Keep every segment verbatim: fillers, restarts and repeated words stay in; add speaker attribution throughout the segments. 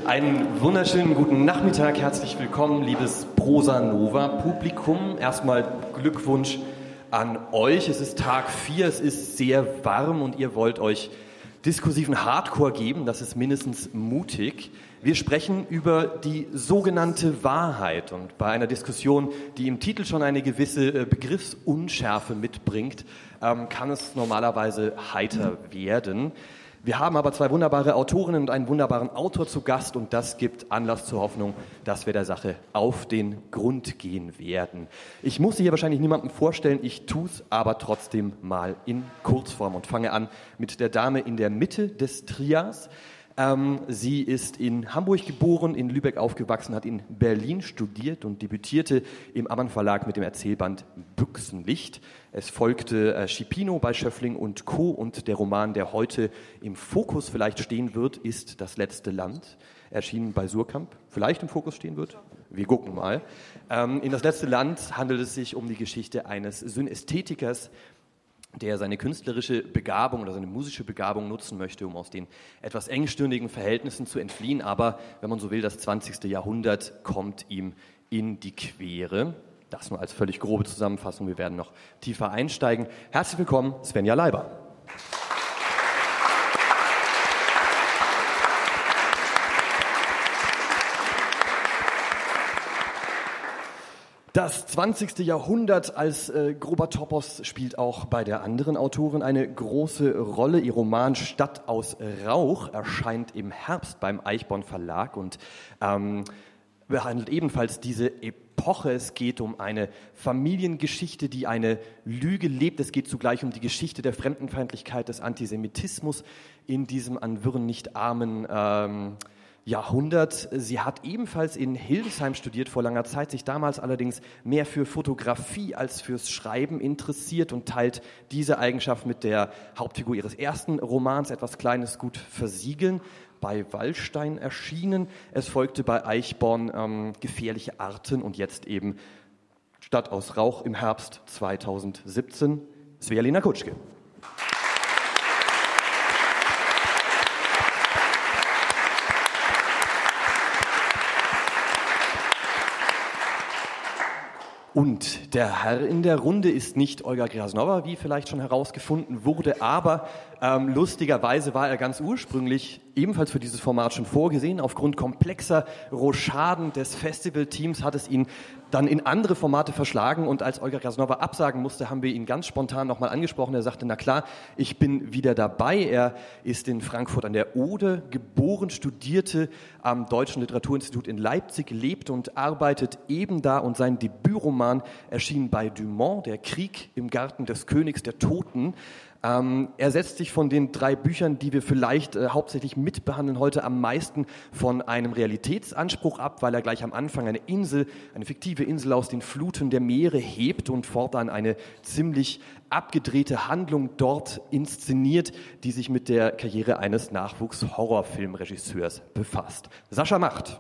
Speaker 1: Einen wunderschönen guten Nachmittag, herzlich willkommen, liebes Prosa Nova Publikum. Erstmal Glückwunsch an euch. Es ist Tag vier, es ist sehr warm und ihr wollt euch diskursiven Hardcore geben, das ist mindestens mutig. Wir sprechen über die sogenannte Wahrheit und bei einer Diskussion, die im Titel schon eine gewisse Begriffsunschärfe mitbringt, kann es normalerweise heiter werden. Wir haben aber zwei wunderbare Autorinnen und einen wunderbaren Autor zu Gast und das gibt Anlass zur Hoffnung, dass wir der Sache auf den Grund gehen werden. Ich muss sie hier wahrscheinlich niemandem vorstellen, ich tue es aber trotzdem mal in Kurzform und fange an mit der Dame in der Mitte des Trias. Ähm, sie ist in Hamburg geboren, in Lübeck aufgewachsen, hat in Berlin studiert und debütierte im Ammann Verlag mit dem Erzählband Büchsenlicht. Es folgte äh, Schipino bei Schöffling und Co. und der Roman, der heute im Fokus vielleicht stehen wird, ist Das letzte Land, erschienen bei Suhrkamp, vielleicht im Fokus stehen wird. Wir gucken mal. Ähm, in Das letzte Land handelt es sich um die Geschichte eines Synästhetikers, der seine künstlerische Begabung oder seine musische Begabung nutzen möchte, um aus den etwas engstirnigen Verhältnissen zu entfliehen. Aber, wenn man so will, das zwanzigste Jahrhundert kommt ihm in die Quere. Das nur als völlig grobe Zusammenfassung. Wir werden noch tiefer einsteigen. Herzlich willkommen, Svenja Leiber. Das zwanzigste Jahrhundert als äh, grober Topos spielt auch bei der anderen Autorin eine große Rolle. Ihr Roman Stadt aus Rauch erscheint im Herbst beim Eichborn Verlag und ähm, behandelt ebenfalls diese Epoche. Es geht um eine Familiengeschichte, die eine Lüge lebt. Es geht zugleich um die Geschichte der Fremdenfeindlichkeit, des Antisemitismus in diesem an Wirren nicht armen ähm, Jahrhundert. Sie hat ebenfalls in Hildesheim studiert vor langer Zeit, sich damals allerdings mehr für Fotografie als fürs Schreiben interessiert und teilt diese Eigenschaft mit der Hauptfigur ihres ersten Romans, Etwas Kleines gut versiegeln, bei Wallstein erschienen. Es folgte bei Eichborn ähm, Gefährliche Arten und jetzt eben Stadt aus Rauch im Herbst zweitausendsiebzehn. Svea-Lena Kutschke. Und der Herr in der Runde ist nicht Olga Grasnova, wie vielleicht schon herausgefunden wurde, aber ähm, lustigerweise war er ganz ursprünglich ebenfalls für dieses Format schon vorgesehen. Aufgrund komplexer Rochaden des Festivalteams hat es ihn dann in andere Formate verschlagen und als Olga Grasnova absagen musste, haben wir ihn ganz spontan nochmal angesprochen. Er sagte, na klar, ich bin wieder dabei. Er ist in Frankfurt an der Oder geboren, studierte am Deutschen Literaturinstitut in Leipzig, lebt und arbeitet eben da und sein Debütroman erschien bei Dumont, Der Krieg im Garten des Königs der Toten. Ähm, er setzt sich von den drei Büchern, die wir vielleicht äh, hauptsächlich mitbehandeln, heute am meisten von einem Realitätsanspruch ab, weil er gleich am Anfang eine Insel, eine fiktive Insel aus den Fluten der Meere hebt und fortan eine ziemlich abgedrehte Handlung dort inszeniert, die sich mit der Karriere eines Nachwuchs-Horrorfilmregisseurs befasst. Sascha Macht.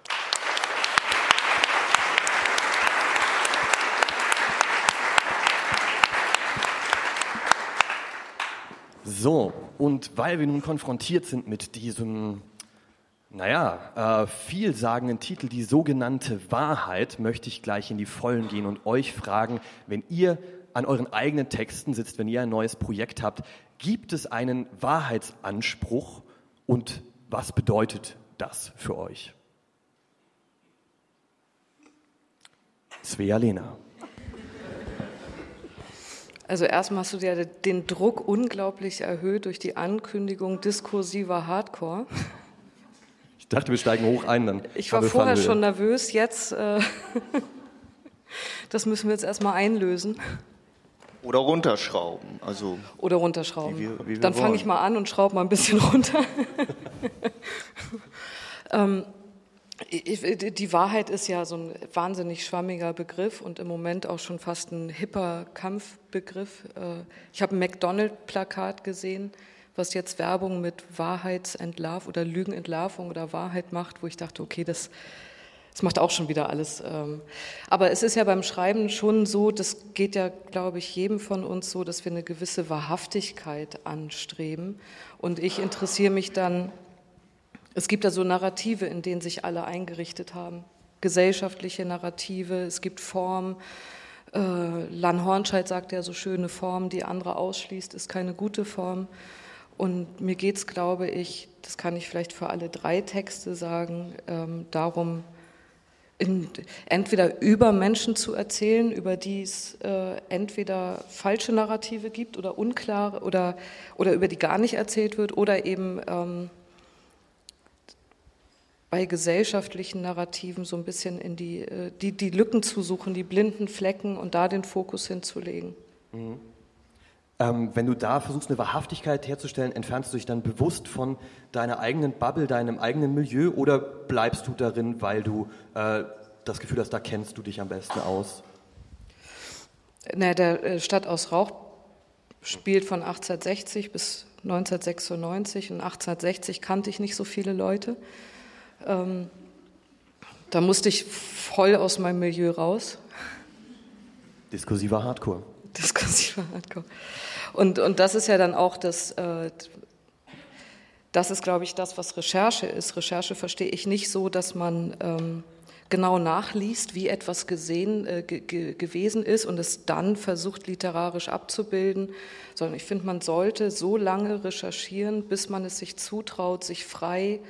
Speaker 1: So, und weil wir nun konfrontiert sind mit diesem, naja, äh, vielsagenden Titel, die sogenannte Wahrheit, möchte ich gleich in die Vollen gehen und euch fragen, wenn ihr an euren eigenen Texten sitzt, wenn ihr ein neues Projekt habt, gibt es einen Wahrheitsanspruch und was bedeutet das für euch? Svea-Lena.
Speaker 2: Also erstmal hast du ja den Druck unglaublich erhöht durch die Ankündigung diskursiver Hardcore.
Speaker 1: Ich dachte, wir steigen hoch ein. Dann
Speaker 2: ich war vorher schon nervös, jetzt, äh, das müssen wir jetzt erstmal einlösen.
Speaker 3: Oder runterschrauben. Also
Speaker 2: Oder runterschrauben.
Speaker 3: Wie wir, wie wir
Speaker 2: dann fange ich mal an und schraube mal ein bisschen runter. ähm, Die Wahrheit ist ja so ein wahnsinnig schwammiger Begriff und im Moment auch schon fast ein hipper Kampfbegriff. Ich habe ein McDonald-Plakat gesehen, was jetzt Werbung mit Wahrheitsentlarv oder Lügenentlarvung oder Wahrheit macht, wo ich dachte, okay, das, das macht auch schon wieder alles. Aber es ist ja beim Schreiben schon so, das geht ja, glaube ich, jedem von uns so, dass wir eine gewisse Wahrhaftigkeit anstreben. Und ich interessiere mich dann es gibt da so Narrative, in denen sich alle eingerichtet haben. Gesellschaftliche Narrative, es gibt Formen. Äh, Lan Hornscheid sagt ja so schöne Form, die andere ausschließt, ist keine gute Form. Und mir geht es, glaube ich, das kann ich vielleicht für alle drei Texte sagen, ähm, darum, in, entweder über Menschen zu erzählen, über die es äh, entweder falsche Narrative gibt oder unklare oder, oder über die gar nicht erzählt wird oder eben ähm, bei gesellschaftlichen Narrativen so ein bisschen in die, äh, die, die Lücken zu suchen, die blinden Flecken und da den Fokus hinzulegen.
Speaker 1: Mhm. Ähm, wenn du da versuchst, eine Wahrhaftigkeit herzustellen, entfernst du dich dann bewusst von deiner eigenen Bubble, deinem eigenen Milieu oder bleibst du darin, weil du äh, das Gefühl hast, da kennst du dich am besten aus?
Speaker 2: Na, der äh, Stadt aus Rauch spielt von achtzehnhundertsechzig bis neunzehnhundertsechsundneunzig und achtzehnhundertsechzig kannte ich nicht so viele Leute. Ähm, da musste ich voll aus meinem Milieu raus.
Speaker 1: Diskursiver Hardcore.
Speaker 2: Diskursiver Hardcore. Und, und das ist ja dann auch das, äh, das ist, glaube ich, das, was Recherche ist. Recherche verstehe ich nicht so, dass man ähm, genau nachliest, wie etwas gesehen, äh, ge- ge- gewesen ist und es dann versucht, literarisch abzubilden, sondern ich finde, man sollte so lange recherchieren, bis man es sich zutraut, sich frei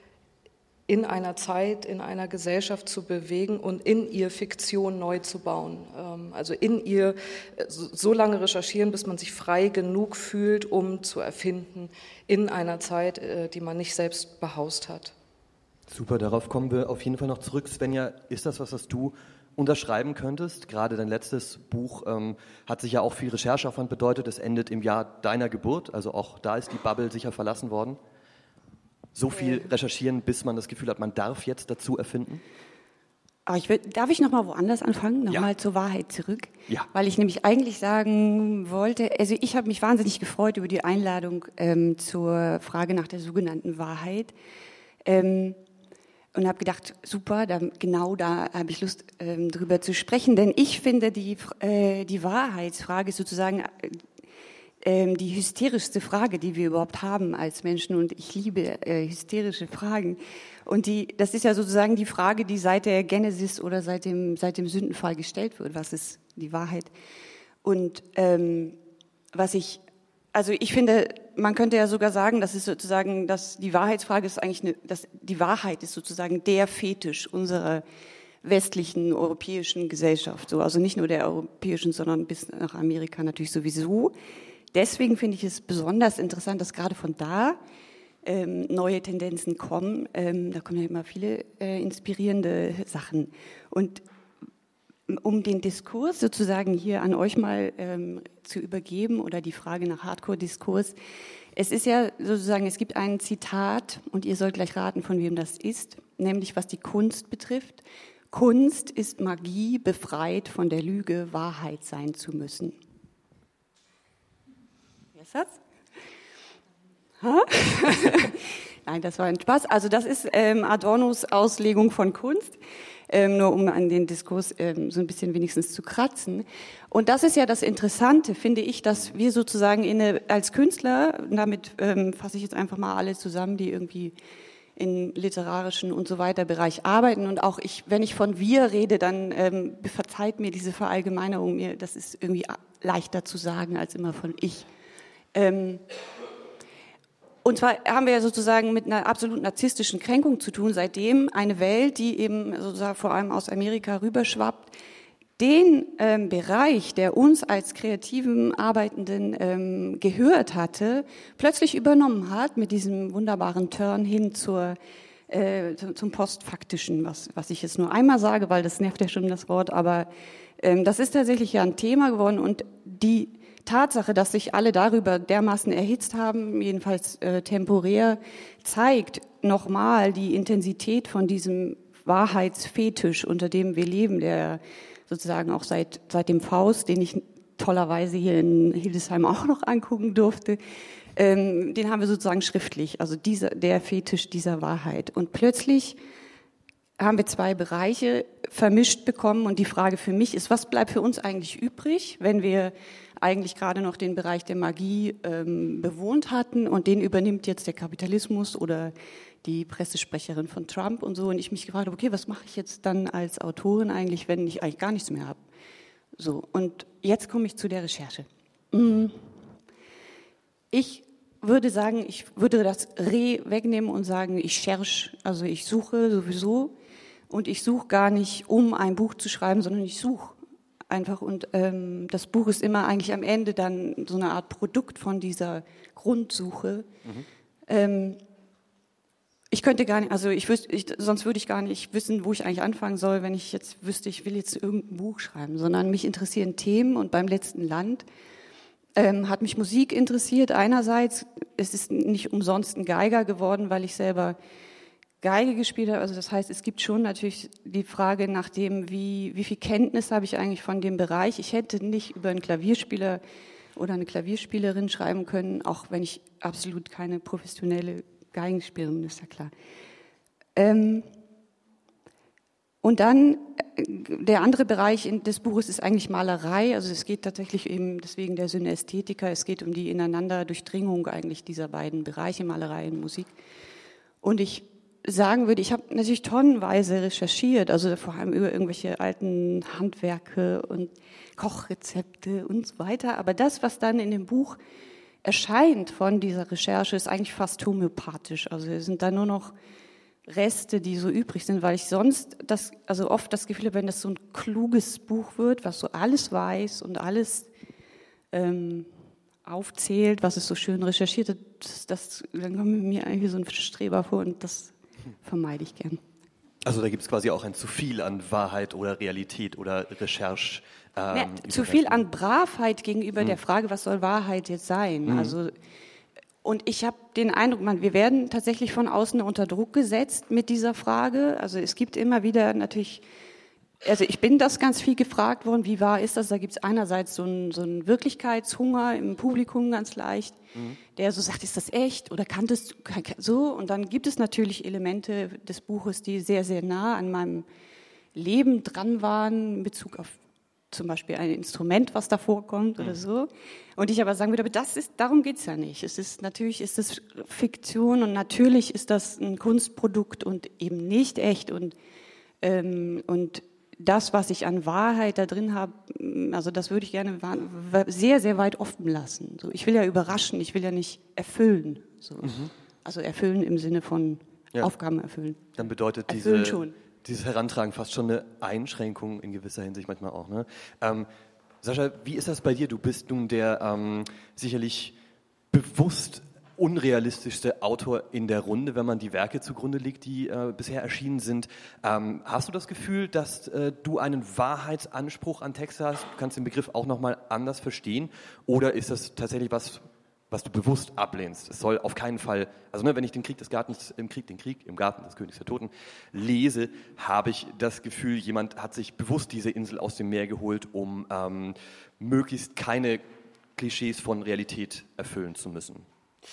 Speaker 2: in einer Zeit, in einer Gesellschaft zu bewegen und in ihr Fiktion neu zu bauen. Also in ihr so lange recherchieren, bis man sich frei genug fühlt, um zu erfinden in einer Zeit, die man nicht selbst behaust hat.
Speaker 1: Super, darauf kommen wir auf jeden Fall noch zurück. Svenja, ist das was, was du unterschreiben könntest? Gerade dein letztes Buch ähm, hat sich ja auch viel Rechercheaufwand bedeutet. Es endet im Jahr deiner Geburt, also auch da ist die Bubble sicher verlassen worden. So viel recherchieren, bis man das Gefühl hat, man darf jetzt dazu erfinden?
Speaker 4: Aber ich will, darf ich noch mal woanders anfangen? Nochmal
Speaker 1: Ja.
Speaker 4: zur Wahrheit zurück?
Speaker 1: Ja.
Speaker 4: Weil ich nämlich eigentlich sagen wollte, also ich habe mich wahnsinnig gefreut über die Einladung ähm, zur Frage nach der sogenannten Wahrheit. Ähm, und habe gedacht, super, da, genau da habe ich Lust, ähm, drüber zu sprechen. Denn ich finde, die, äh, die Wahrheitsfrage ist sozusagen äh, die hysterischste Frage, die wir überhaupt haben als Menschen. Und ich liebe äh, hysterische Fragen. Und die, das ist ja sozusagen die Frage, die seit der Genesis oder seit dem, seit dem Sündenfall gestellt wird. Was ist die Wahrheit? Und ähm, was ich, also ich finde, man könnte ja sogar sagen, das ist sozusagen, dass die Wahrheitsfrage ist eigentlich eine, dass die Wahrheit ist sozusagen der Fetisch unserer westlichen europäischen Gesellschaft. So, also nicht nur der europäischen, sondern bis nach Amerika natürlich sowieso. Deswegen finde ich es besonders interessant, dass gerade von da ähm, neue Tendenzen kommen. Ähm, da kommen ja immer viele äh, inspirierende Sachen. Und um den Diskurs sozusagen hier an euch mal ähm, zu übergeben oder die Frage nach Hardcore-Diskurs. Es ist ja sozusagen, es gibt ein Zitat und ihr sollt gleich raten, von wem das ist, nämlich was die Kunst betrifft. Kunst ist Magie, befreit von der Lüge, Wahrheit sein zu müssen. Wer ist das? Ha? Nein, das war ein Spaß. Also das ist ähm, Adornos Auslegung von Kunst. Ähm, nur um an den Diskurs ähm, so ein bisschen wenigstens zu kratzen. Und das ist ja das Interessante, finde ich, dass wir sozusagen in eine, als Künstler, damit ähm, fasse ich jetzt einfach mal alle zusammen, die irgendwie im literarischen und so weiter Bereich arbeiten. Und auch ich, wenn ich von wir rede, dann ähm, verzeiht mir diese Verallgemeinerung, mir, das ist irgendwie leichter zu sagen als immer von ich. Ähm, Und zwar haben wir ja sozusagen mit einer absolut narzisstischen Kränkung zu tun, seitdem eine Welt, die eben sozusagen vor allem aus Amerika rüberschwappt, den ähm, Bereich, der uns als kreativen Arbeitenden ähm, gehört hatte, plötzlich übernommen hat mit diesem wunderbaren Turn hin zur, äh, zum Postfaktischen, was, was ich jetzt nur einmal sage, weil das nervt ja schon das Wort, aber ähm, das ist tatsächlich ja ein Thema geworden und die Tatsache, dass sich alle darüber dermaßen erhitzt haben, jedenfalls äh, temporär, zeigt nochmal die Intensität von diesem Wahrheitsfetisch, unter dem wir leben, der sozusagen auch seit, seit dem Faust, den ich tollerweise hier in Hildesheim auch noch angucken durfte, ähm, den haben wir sozusagen schriftlich, also dieser, der Fetisch dieser Wahrheit. Und plötzlich haben wir zwei Bereiche vermischt bekommen und die Frage für mich ist, was bleibt für uns eigentlich übrig, wenn wir eigentlich gerade noch den Bereich der Magie ähm, bewohnt hatten und den übernimmt jetzt der Kapitalismus oder die Pressesprecherin von Trump und so. Und ich mich gefragt habe, okay, was mache ich jetzt dann als Autorin eigentlich, wenn ich eigentlich gar nichts mehr habe? So, und jetzt komme ich zu der Recherche. Ich würde sagen, ich würde das Re wegnehmen und sagen, ich cherche, also ich suche sowieso und ich suche gar nicht, um ein Buch zu schreiben, sondern ich suche einfach und ähm, das Buch ist immer eigentlich am Ende dann so eine Art Produkt von dieser Grundsuche. Mhm. Ähm, ich könnte gar nicht, also ich wüsste, ich, sonst würde ich gar nicht wissen, wo ich eigentlich anfangen soll, wenn ich jetzt wüsste, ich will jetzt irgendein Buch schreiben, sondern mich interessieren Themen und beim letzten Land Ähm, hat mich Musik interessiert. Einerseits, es ist nicht umsonst ein Geiger geworden, weil ich selber Geige gespielt habe. Also das heißt, es gibt schon natürlich die Frage nach dem, wie, wie viel Kenntnis habe ich eigentlich von dem Bereich. Ich hätte nicht über einen Klavierspieler oder eine Klavierspielerin schreiben können, auch wenn ich absolut keine professionelle Geigenspielerin bin, ist ja klar. Ähm, Und dann, der andere Bereich des Buches ist eigentlich Malerei. Also es geht tatsächlich eben, deswegen der Synästhetiker, es geht um die Ineinanderdurchdringung eigentlich dieser beiden Bereiche, Malerei und Musik. Und ich sagen würde, ich habe natürlich tonnenweise recherchiert, also vor allem über irgendwelche alten Handwerke und Kochrezepte und so weiter. Aber das, was dann in dem Buch erscheint von dieser Recherche, ist eigentlich fast homöopathisch. Also es sind da nur noch Reste, die so übrig sind, weil ich sonst das, also oft das Gefühl habe, wenn das so ein kluges Buch wird, was so alles weiß und alles ähm, aufzählt, was es so schön recherchiert hat, das, das, dann kommt mir eigentlich so ein Streber vor und das vermeide ich gern.
Speaker 1: Also da gibt es quasi auch ein zu viel an Wahrheit oder Realität oder Recherche. Ähm,
Speaker 4: ja, zu viel an Bravheit gegenüber hm. der Frage, was soll Wahrheit jetzt sein? Hm. Also Und ich habe den Eindruck, man, wir werden tatsächlich von außen unter Druck gesetzt mit dieser Frage. Also es gibt immer wieder natürlich, also ich bin das ganz viel gefragt worden, wie wahr ist das? Da gibt es einerseits so einen, so einen Wirklichkeitshunger im Publikum ganz leicht, mhm. der so sagt, ist das echt oder kanntest du so? Und dann gibt es natürlich Elemente des Buches, die sehr, sehr nah an meinem Leben dran waren in Bezug auf zum Beispiel ein Instrument, was da vorkommt oder so. Und ich aber sagen würde, aber das ist, darum geht's ja nicht. Es ist, natürlich ist es Fiktion und natürlich ist das ein Kunstprodukt und eben nicht echt. Und, ähm, und das, was ich an Wahrheit da drin habe, also das würde ich gerne sehr, sehr weit offen lassen. So, ich will ja überraschen, ich will ja nicht erfüllen. So. Mhm. Also erfüllen im Sinne von ja. Aufgaben erfüllen.
Speaker 1: Dann bedeutet
Speaker 4: erfüllen
Speaker 1: diese...
Speaker 4: schon.
Speaker 1: Dieses Herantragen fast schon eine Einschränkung in gewisser Hinsicht manchmal auch. Ne? Ähm, Sascha, wie ist das bei dir? Du bist nun der ähm, sicherlich bewusst unrealistischste Autor in der Runde, wenn man die Werke zugrunde legt, die äh, bisher erschienen sind. Ähm, hast du das Gefühl, dass äh, du einen Wahrheitsanspruch an Texte hast? Du kannst den Begriff auch nochmal anders verstehen? Oder ist das tatsächlich was, was du bewusst ablehnst? Es soll auf keinen Fall, also ne, wenn ich den Krieg des Gartens, im Krieg, den Krieg im Garten des Königs der Toten lese, habe ich das Gefühl, jemand hat sich bewusst diese Insel aus dem Meer geholt, um ähm, möglichst keine Klischees von Realität erfüllen zu müssen.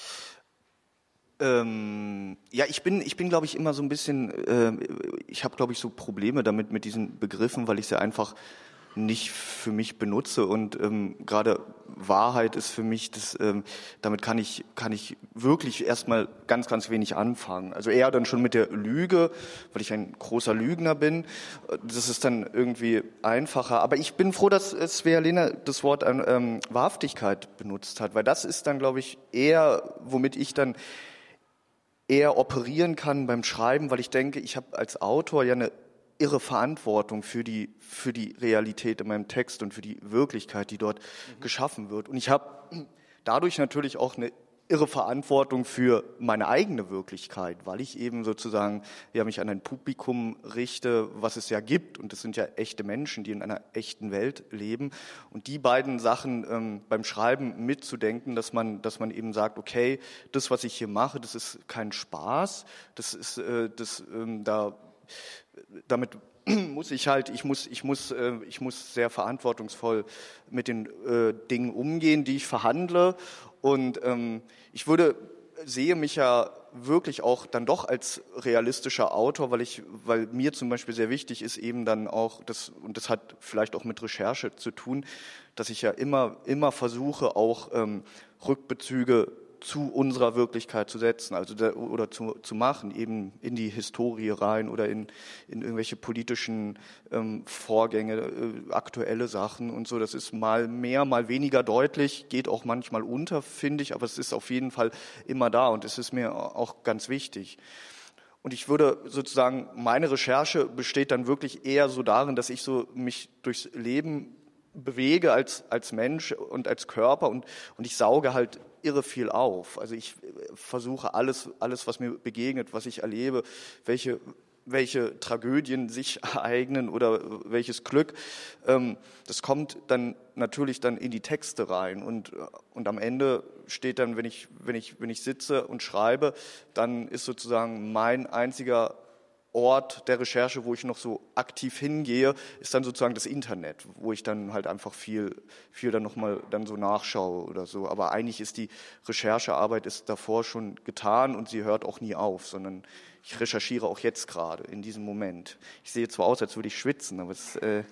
Speaker 3: Ähm, ja, ich bin, ich bin, glaube ich, immer so ein bisschen, äh, ich habe, glaube ich, so Probleme damit mit diesen Begriffen, weil ich sie einfach nicht für mich benutze und ähm, gerade Wahrheit ist für mich, das, ähm, damit kann ich kann ich wirklich erstmal ganz, ganz wenig anfangen. Also eher dann schon mit der Lüge, weil ich ein großer Lügner bin. Das ist dann irgendwie einfacher. Aber ich bin froh, dass Svea Lena das Wort ähm, Wahrhaftigkeit benutzt hat, weil das ist dann, glaube ich, eher, womit ich dann eher operieren kann beim Schreiben, weil ich denke, ich habe als Autor ja eine irre Verantwortung für die, für die Realität in meinem Text und für die Wirklichkeit, die dort mhm. geschaffen wird. Und ich habe dadurch natürlich auch eine irre Verantwortung für meine eigene Wirklichkeit, weil ich eben sozusagen ja, mich an ein Publikum richte, was es ja gibt. Und das sind ja echte Menschen, die in einer echten Welt leben. Und die beiden Sachen ähm, beim Schreiben mitzudenken, dass man, dass man eben sagt, okay, das, was ich hier mache, das ist kein Spaß, das ist, äh, das, ähm, da, damit muss ich halt, ich muss, ich muss, äh, ich muss sehr verantwortungsvoll mit den äh, Dingen umgehen, die ich verhandle. Und ähm, ich würde sehe mich ja wirklich auch dann doch als realistischer Autor, weil ich, weil mir zum Beispiel sehr wichtig ist eben dann auch, das, und das hat vielleicht auch mit Recherche zu tun, dass ich ja immer, immer versuche, auch ähm, Rückbezüge zu unserer Wirklichkeit zu setzen, also der, oder zu, zu machen, eben in die Historie rein oder in, in irgendwelche politischen ähm, Vorgänge, äh, aktuelle Sachen und so. Das ist mal mehr, mal weniger deutlich, geht auch manchmal unter, finde ich, aber es ist auf jeden Fall immer da und es ist mir auch ganz wichtig. Und ich würde sozusagen, meine Recherche besteht dann wirklich eher so darin, dass ich so mich durchs Leben bewege als, als Mensch und als Körper und, und ich sauge halt irre viel auf. Also ich versuche alles, alles, was mir begegnet, was ich erlebe, welche, welche Tragödien sich ereignen oder welches Glück, ähm, das kommt dann natürlich dann in die Texte rein und, und am Ende steht dann, wenn ich, wenn ich, wenn ich sitze und schreibe, dann ist sozusagen mein einziger Ort der Recherche, wo ich noch so aktiv hingehe, ist dann sozusagen das Internet, wo ich dann halt einfach viel, viel dann nochmal dann so nachschaue oder so. Aber eigentlich ist die Recherchearbeit ist davor schon getan und sie hört auch nie auf, sondern ich recherchiere auch jetzt gerade, in diesem Moment. Ich sehe zwar aus, als würde ich schwitzen, aber es äh,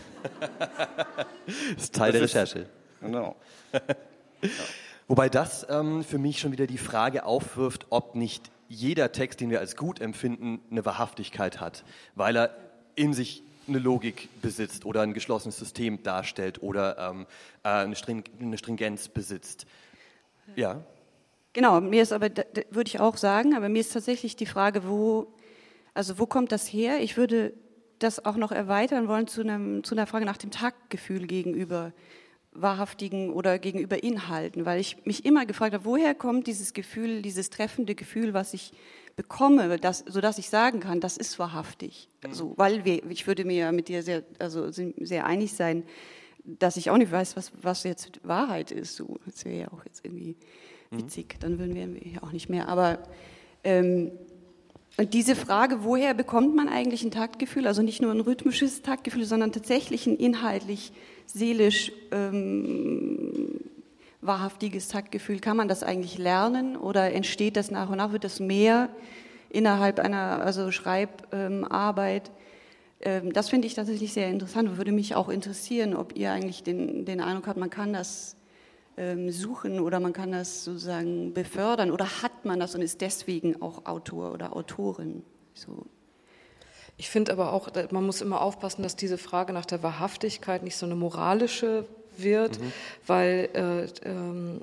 Speaker 1: das ist Teil das der ist, Recherche.
Speaker 3: Genau.
Speaker 1: Ja. Wobei das ähm, für mich schon wieder die Frage aufwirft, ob nicht jeder Text, den wir als gut empfinden, eine Wahrhaftigkeit hat, weil er in sich eine Logik besitzt oder ein geschlossenes System darstellt oder ähm, eine, String- eine Stringenz besitzt. Ja.
Speaker 4: Genau, mir ist aber, würde ich auch sagen, aber mir ist tatsächlich die Frage, wo, also wo kommt das her? Ich würde das auch noch erweitern wollen zu, einem, zu einer Frage nach dem Taktgefühl gegenüber wahrhaftigen oder gegenüber Inhalten, weil ich mich immer gefragt habe, woher kommt dieses Gefühl, dieses treffende Gefühl, was ich bekomme, das, sodass ich sagen kann, das ist wahrhaftig. Mhm. Also, weil wir, ich würde mir mit dir sehr, also sehr einig sein, dass ich auch nicht weiß, was, was jetzt Wahrheit ist. So, das wäre ja auch jetzt irgendwie witzig, mhm. dann würden wir ja auch nicht mehr. Aber ähm, und diese Frage, woher bekommt man eigentlich ein Taktgefühl, also nicht nur ein rhythmisches Taktgefühl, sondern tatsächlich ein inhaltlich, seelisch ähm, wahrhaftiges Taktgefühl, kann man das eigentlich lernen oder entsteht das nach und nach, wird das mehr innerhalb einer also Schreibarbeit? Ähm, das finde ich tatsächlich sehr interessant und würde mich auch interessieren, ob ihr eigentlich den, den Eindruck habt, man kann das ähm, suchen oder man kann das sozusagen befördern oder hat man das und ist deswegen auch Autor oder Autorin? So.
Speaker 2: Ich finde aber auch, man muss immer aufpassen, dass diese Frage nach der Wahrhaftigkeit nicht so eine moralische wird, mhm. weil äh, ähm,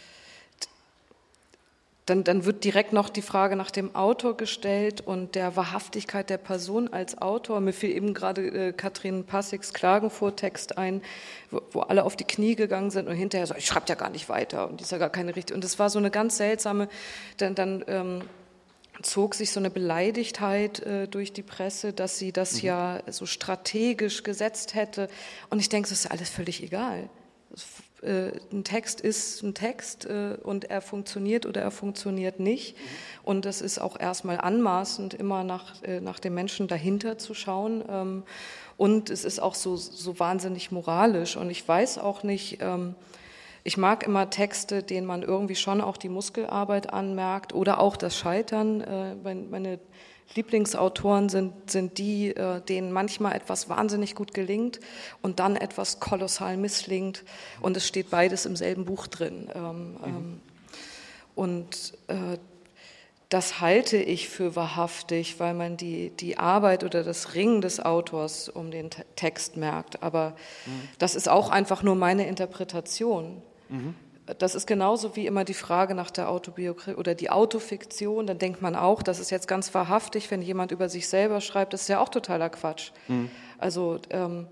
Speaker 2: dann, dann wird direkt noch die Frage nach dem Autor gestellt und der Wahrhaftigkeit der Person als Autor. Mir fiel eben gerade äh, Katrin Passigs Klagenfurt-Text ein, wo, wo alle auf die Knie gegangen sind und hinterher so, ich schreibe ja gar nicht weiter und die ist ja gar keine richtige. Und das war so eine ganz seltsame, dann, dann ähm, zog sich so eine Beleidigtheit äh, durch die Presse, dass sie das mhm. ja so strategisch gesetzt hätte. Und ich denke, das ist ja alles völlig egal. Das, äh, ein Text ist ein Text äh, und er funktioniert oder er funktioniert nicht. Mhm. Und das ist auch erstmal anmaßend, immer nach, äh, nach dem Menschen dahinter zu schauen. Ähm, und es ist auch so, so wahnsinnig moralisch. Und ich weiß auch nicht... Ähm, Ich mag immer Texte, denen man irgendwie schon auch die Muskelarbeit anmerkt oder auch das Scheitern. Meine Lieblingsautoren sind, sind die, denen manchmal etwas wahnsinnig gut gelingt und dann etwas kolossal misslingt. Und es steht beides im selben Buch drin. Mhm. Und das halte ich für wahrhaftig, weil man die, die Arbeit oder das Ringen des Autors um den Text merkt. Aber mhm. das ist auch einfach nur meine Interpretation. Mhm. Das ist genauso wie immer die Frage nach der Autobiografie oder die Autofiktion. Dann denkt man auch, das ist jetzt ganz wahrhaftig, wenn jemand über sich selber schreibt. Das ist ja auch totaler Quatsch. Mhm. Also ähm,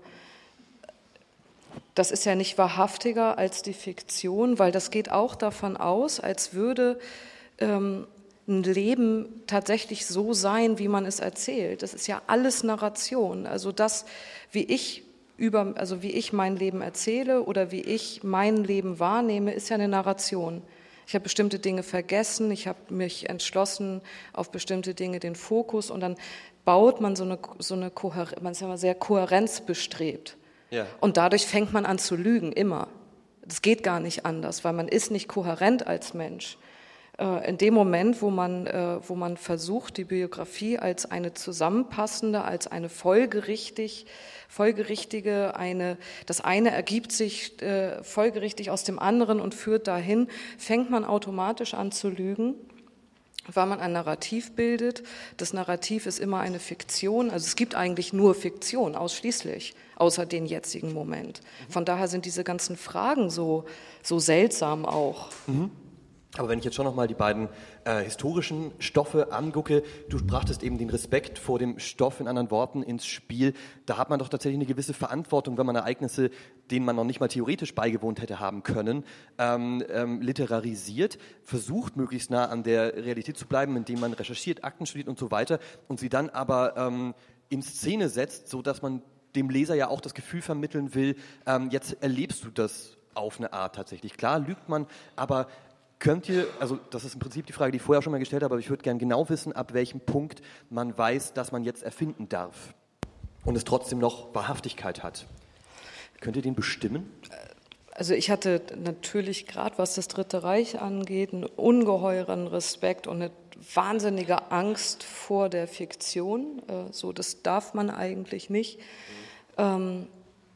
Speaker 2: das ist ja nicht wahrhaftiger als die Fiktion, weil das geht auch davon aus, als würde ähm, ein Leben tatsächlich so sein, wie man es erzählt. Das ist ja alles Narration. Also das, wie ich über, also wie ich mein Leben erzähle oder wie ich mein Leben wahrnehme, ist ja eine Narration. Ich habe bestimmte Dinge vergessen, ich habe mich entschlossen auf bestimmte Dinge den Fokus und dann baut man so eine, so eine Kohärenz, man ist ja immer sehr kohärenzbestrebt. Ja. Und dadurch fängt man an zu lügen, immer. Das geht gar nicht anders, weil man ist nicht kohärent als Mensch. In dem Moment, wo man, wo man versucht, die Biografie als eine zusammenpassende, als eine folgerichtig, folgerichtige, eine, das eine ergibt sich folgerichtig aus dem anderen und führt dahin, fängt man automatisch an zu lügen, weil man ein Narrativ bildet. Das Narrativ ist immer eine Fiktion, also es gibt eigentlich nur Fiktion, ausschließlich, außer den jetzigen Moment. Von daher sind diese ganzen Fragen so, so seltsam auch.
Speaker 1: Mhm. Aber wenn ich jetzt schon nochmal die beiden äh, historischen Stoffe angucke, du brachtest eben den Respekt vor dem Stoff, in anderen Worten, ins Spiel. Da hat man doch tatsächlich eine gewisse Verantwortung, wenn man Ereignisse, denen man noch nicht mal theoretisch beigewohnt hätte haben können, ähm, ähm, literarisiert, versucht möglichst nah an der Realität zu bleiben, indem man recherchiert, Akten studiert und so weiter und sie dann aber ähm, in Szene setzt, sodass man dem Leser ja auch das Gefühl vermitteln will, ähm, jetzt erlebst du das auf eine Art tatsächlich. Klar lügt man, aber könnt ihr, also das ist im Prinzip die Frage, die ich vorher schon mal gestellt habe, aber ich würde gerne genau wissen, ab welchem Punkt man weiß, dass man jetzt erfinden darf und es trotzdem noch Wahrhaftigkeit hat. Könnt ihr den bestimmen?
Speaker 2: Also ich hatte natürlich gerade, was das Dritte Reich angeht, einen ungeheuren Respekt und eine wahnsinnige Angst vor der Fiktion. So, das darf man eigentlich nicht. Ähm,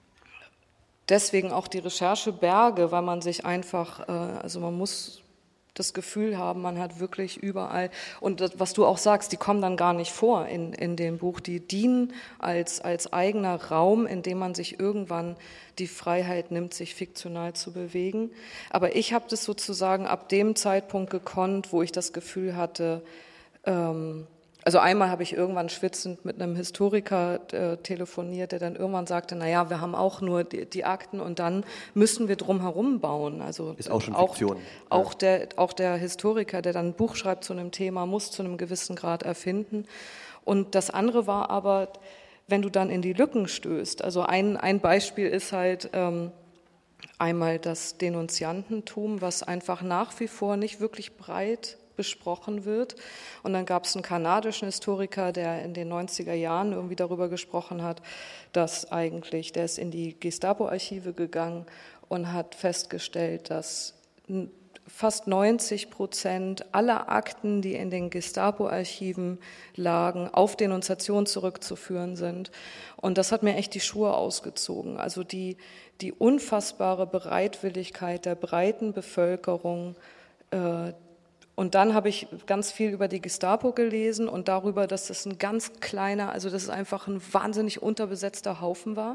Speaker 2: deswegen auch die Rechercheberge, weil man sich einfach, also man muss das Gefühl haben, man hat wirklich überall, und das, was du auch sagst, die kommen dann gar nicht vor in, in dem Buch, die dienen als, als eigener Raum, in dem man sich irgendwann die Freiheit nimmt, sich fiktional zu bewegen. Aber ich habe das sozusagen ab dem Zeitpunkt gekonnt, wo ich das Gefühl hatte, ähm, also einmal habe ich irgendwann schwitzend mit einem Historiker äh, telefoniert, der dann irgendwann sagte, naja, wir haben auch nur die, die Akten und dann müssen wir drum herum bauen. Also
Speaker 1: ist auch schon
Speaker 2: auch,
Speaker 1: Fiktion.
Speaker 2: Auch, ja. der, auch der Historiker, der dann ein Buch schreibt zu einem Thema, muss zu einem gewissen Grad erfinden. Und das andere war aber, wenn du dann in die Lücken stößt. Also ein, ein Beispiel ist halt ähm, einmal das Denunziantentum, was einfach nach wie vor nicht wirklich breit besprochen wird. Und dann gab es einen kanadischen Historiker, der in den neunziger Jahren irgendwie darüber gesprochen hat, dass eigentlich, der ist in die Gestapo-Archive gegangen und hat festgestellt, dass fast neunzig Prozent aller Akten, die in den Gestapo-Archiven lagen, auf Denunziation zurückzuführen sind. Und das hat mir echt die Schuhe ausgezogen. Also die, die unfassbare Bereitwilligkeit der breiten Bevölkerung, äh, und dann habe ich ganz viel über die Gestapo gelesen und darüber, dass das ein ganz kleiner, also dass es einfach ein wahnsinnig unterbesetzter Haufen war.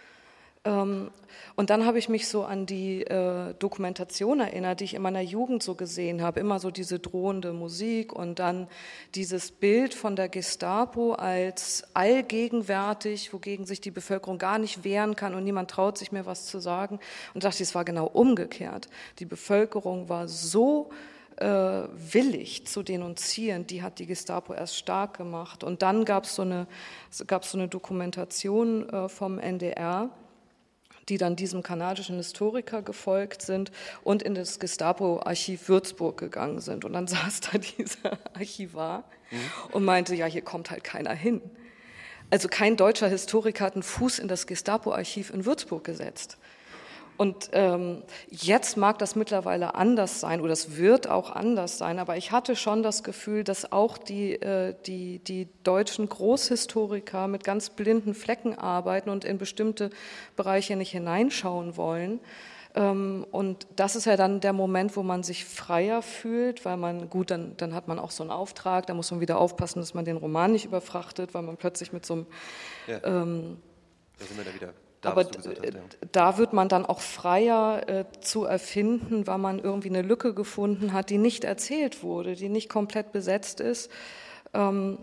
Speaker 2: Und dann habe ich mich so an die Dokumentation erinnert, die ich in meiner Jugend so gesehen habe. Immer so diese drohende Musik und dann dieses Bild von der Gestapo als allgegenwärtig, wogegen sich die Bevölkerung gar nicht wehren kann und niemand traut sich mehr was zu sagen. Und dachte, es war genau umgekehrt. Die Bevölkerung war so willig zu denunzieren, die hat die Gestapo erst stark gemacht. Und dann gab es so eine, gab's so eine Dokumentation äh, vom N D R, die dann diesem kanadischen Historiker gefolgt sind und in das Gestapo-Archiv Würzburg gegangen sind. Und dann saß da dieser Archivar mhm. und meinte, ja, hier kommt halt keiner hin. Also kein deutscher Historiker hat einen Fuß in das Gestapo-Archiv in Würzburg gesetzt. Und ähm, jetzt mag das mittlerweile anders sein oder es wird auch anders sein, aber ich hatte schon das Gefühl, dass auch die, äh, die, die deutschen Großhistoriker mit ganz blinden Flecken arbeiten und in bestimmte Bereiche nicht hineinschauen wollen. Ähm, und das ist ja dann der Moment, wo man sich freier fühlt, weil man, gut, dann, dann hat man auch so einen Auftrag, da muss man wieder aufpassen, dass man den Roman nicht überfrachtet, weil man plötzlich mit so einem...
Speaker 1: Ja.
Speaker 2: Ähm,
Speaker 1: da sind wir da wieder. Da,
Speaker 2: aber
Speaker 1: hast, ja.
Speaker 2: da wird man dann auch freier äh, zu erfinden, weil man irgendwie eine Lücke gefunden hat, die nicht erzählt wurde, die nicht komplett besetzt ist. Ähm,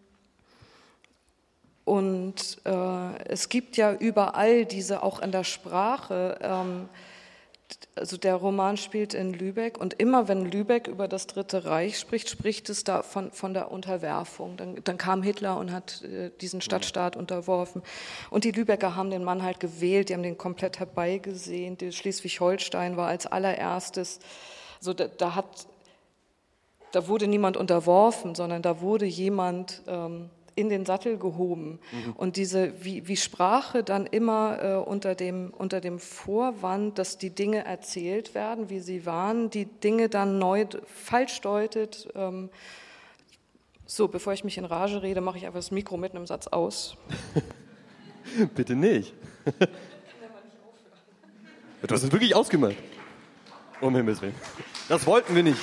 Speaker 2: und äh, es gibt ja überall diese, auch in der Sprache, ähm, also der Roman spielt in Lübeck und immer wenn Lübeck über das Dritte Reich spricht, spricht es da von, von der Unterwerfung. Dann, dann kam Hitler und hat äh, diesen Stadtstaat unterworfen und die Lübecker haben den Mann halt gewählt, die haben den komplett herbeigesehen. Die Schleswig-Holstein war als allererstes, also da, da hat, da wurde niemand unterworfen, sondern da wurde jemand ähm, in den Sattel gehoben. Mhm. Und diese, wie, wie Sprache dann immer äh, unter dem, unter dem Vorwand, dass die Dinge erzählt werden, wie sie waren, die Dinge dann neu falsch deutet. Ähm, so, bevor ich mich in Rage rede, mache ich einfach das Mikro mitten im Satz aus.
Speaker 1: Bitte nicht. Du hast es wirklich ausgemacht. Um Himmels Willen. Das wollten wir nicht.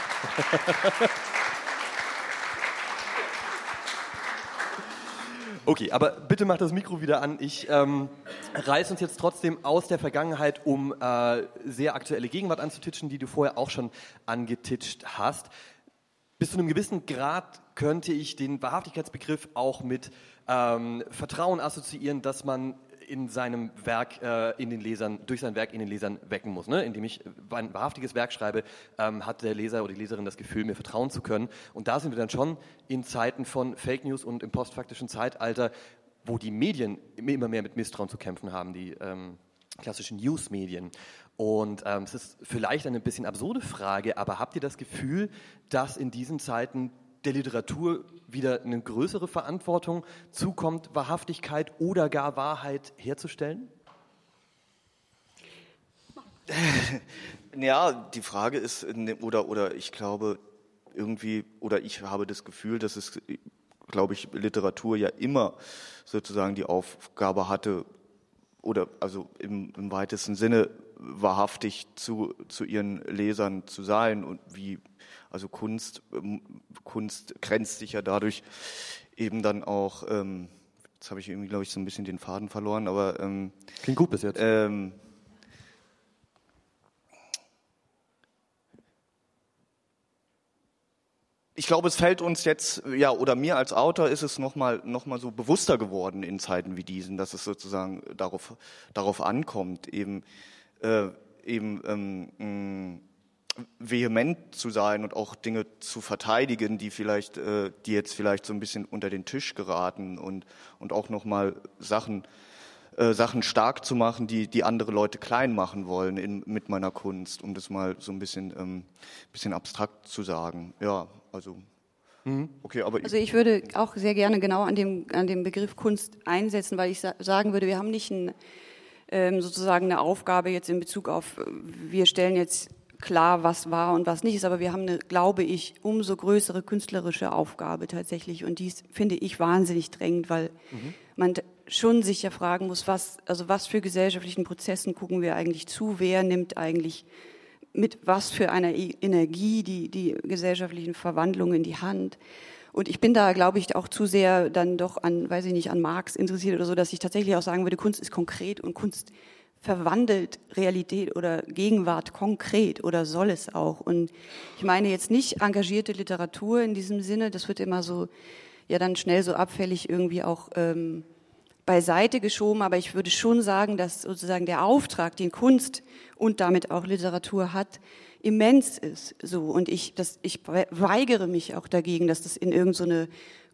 Speaker 1: Okay, aber bitte mach das Mikro wieder an. Ich ähm, reiß uns jetzt trotzdem aus der Vergangenheit, um äh, sehr aktuelle Gegenwart anzutitschen, die du vorher auch schon angetitscht hast. Bis zu einem gewissen Grad könnte ich den Wahrhaftigkeitsbegriff auch mit ähm, Vertrauen assoziieren, dass man in seinem Werk äh, in den Lesern, durch sein Werk in den Lesern wecken muss. Ne? Indem ich ein wahrhaftiges Werk schreibe, ähm, hat der Leser oder die Leserin das Gefühl, mir vertrauen zu können. Und da sind wir dann schon in Zeiten von Fake News und im postfaktischen Zeitalter, wo die Medien immer mehr mit Misstrauen zu kämpfen haben, die ähm, klassischen News-Medien. Und ähm, es ist vielleicht eine bisschen absurde Frage, aber habt ihr das Gefühl, dass in diesen Zeiten der Literatur wieder eine größere Verantwortung zukommt, Wahrhaftigkeit oder gar Wahrheit herzustellen?
Speaker 3: Ja, die Frage ist, oder, oder ich glaube irgendwie, oder ich habe das Gefühl, dass es, glaube ich, Literatur ja immer sozusagen die Aufgabe hatte, oder also im, im weitesten Sinne wahrhaftig zu, zu ihren Lesern zu sein und wie, also Kunst, Kunst grenzt sich ja dadurch eben dann auch, ähm, jetzt habe ich irgendwie, glaube ich, so ein bisschen den Faden verloren, aber ähm,
Speaker 1: klingt gut bis jetzt.
Speaker 3: Ähm, Ich glaube, es fällt uns jetzt, ja, oder mir als Autor ist es nochmal noch mal so bewusster geworden in Zeiten wie diesen, dass es sozusagen darauf, darauf ankommt, eben, äh, eben ähm, mh, vehement zu sein und auch Dinge zu verteidigen, die vielleicht, äh, die jetzt vielleicht so ein bisschen unter den Tisch geraten und, und auch nochmal Sachen, äh, Sachen stark zu machen, die, die andere Leute klein machen wollen in, mit meiner Kunst, um das mal so ein bisschen, ähm, bisschen abstrakt zu sagen. Ja, also, okay, aber
Speaker 4: also ich würde auch sehr gerne genau an dem, an dem Begriff Kunst einsetzen, weil ich sa- sagen würde, wir haben nicht ein, ähm, sozusagen eine Aufgabe jetzt in Bezug auf, wir stellen jetzt klar, was war und was nicht ist, aber wir haben eine, glaube ich, umso größere künstlerische Aufgabe tatsächlich und dies finde ich wahnsinnig drängend, weil mhm. man schon sich ja fragen muss, was, also was für gesellschaftlichen Prozessen gucken wir eigentlich zu, wer nimmt eigentlich mit was für einer Energie die, die gesellschaftlichen Verwandlungen in die Hand. Und ich bin da, glaube ich, auch zu sehr dann doch an, weiß ich nicht, an Marx interessiert oder so, dass ich tatsächlich auch sagen würde, Kunst ist konkret und Kunst verwandelt Realität oder Gegenwart konkret oder soll es auch. Und ich meine jetzt nicht engagierte Literatur in diesem Sinne, das wird immer so, ja dann schnell so abfällig irgendwie auch ähm, beiseite geschoben, aber ich würde schon sagen, dass sozusagen der Auftrag, den Kunst und damit auch Literatur hat, immens ist. So und ich, das, ich weigere mich auch dagegen, dass das in irgendeine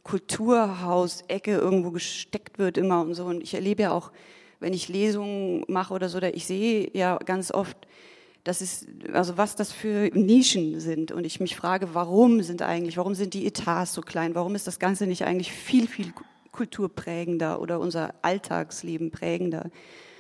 Speaker 4: Kulturhausecke irgendwo gesteckt wird immer und so. Und ich erlebe ja auch, wenn ich Lesungen mache oder so, da ich sehe ja ganz oft, das ist, also was das für Nischen sind. Und ich mich frage, warum sind eigentlich, warum sind die Etats so klein? Warum ist das Ganze nicht eigentlich viel, viel kulturprägender oder unser Alltagsleben prägender?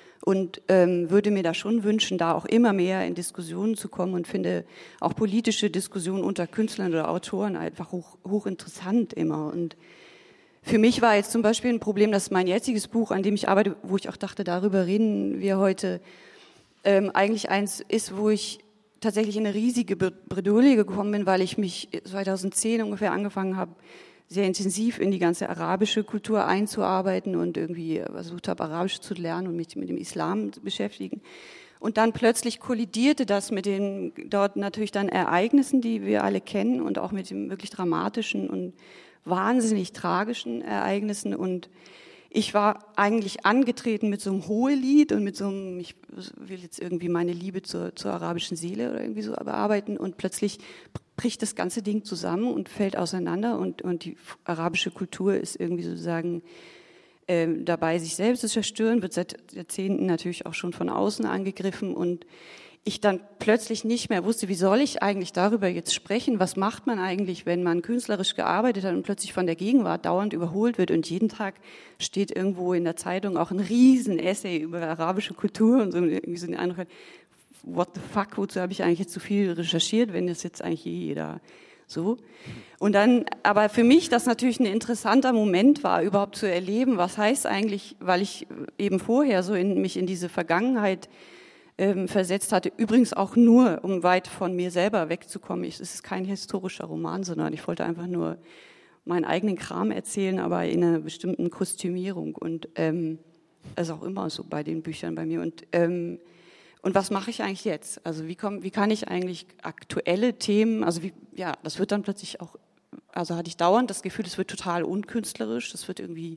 Speaker 4: Und ähm, würde mir da schon wünschen, da auch immer mehr in Diskussionen zu kommen und finde auch politische Diskussionen unter Künstlern oder Autoren einfach hoch, hochinteressant immer. Und für mich war jetzt zum Beispiel ein Problem, dass mein jetziges Buch, an dem ich arbeite, wo ich auch dachte, darüber reden wir heute, ähm, eigentlich eins ist, wo ich tatsächlich in eine riesige Bredouille gekommen bin, weil ich mich zweitausendzehn ungefähr angefangen habe, sehr intensiv in die ganze arabische Kultur einzuarbeiten und irgendwie versucht habe, Arabisch zu lernen und mich mit dem Islam zu beschäftigen. Und dann plötzlich kollidierte das mit den dort natürlich dann Ereignissen, die wir alle kennen und auch mit den wirklich dramatischen und wahnsinnig tragischen Ereignissen. Und ich war eigentlich angetreten mit so einem Hohelied und mit so einem, ich will jetzt irgendwie meine Liebe zur, zur arabischen Seele oder irgendwie so bearbeiten und plötzlich bricht das ganze Ding zusammen und fällt auseinander und, und die arabische Kultur ist irgendwie sozusagen ähm, dabei, sich selbst zu zerstören, wird seit Jahrzehnten natürlich auch schon von außen angegriffen und ich dann plötzlich nicht mehr wusste, wie soll ich eigentlich darüber jetzt sprechen, was macht man eigentlich, wenn man künstlerisch gearbeitet hat und plötzlich von der Gegenwart dauernd überholt wird und jeden Tag steht irgendwo in der Zeitung auch ein riesen Essay über arabische Kultur und so, irgendwie so den Eindruck, what the fuck, wozu habe ich eigentlich jetzt so viel recherchiert, wenn das jetzt eigentlich jeder so. Und dann, aber für mich das natürlich ein interessanter Moment war, überhaupt zu erleben, was heißt eigentlich, weil ich eben vorher so in mich in diese Vergangenheit ähm, versetzt hatte, übrigens auch nur, um weit von mir selber wegzukommen. Ich, es ist kein historischer Roman, sondern ich wollte einfach nur meinen eigenen Kram erzählen, aber in einer bestimmten Kostümierung und ähm, das ist auch immer so bei den Büchern bei mir und ähm, Und was mache ich eigentlich jetzt? Also wie, komm, wie kann ich eigentlich aktuelle Themen, also wie, ja, das wird dann plötzlich auch, also hatte ich dauernd das Gefühl, das wird total unkünstlerisch, das wird irgendwie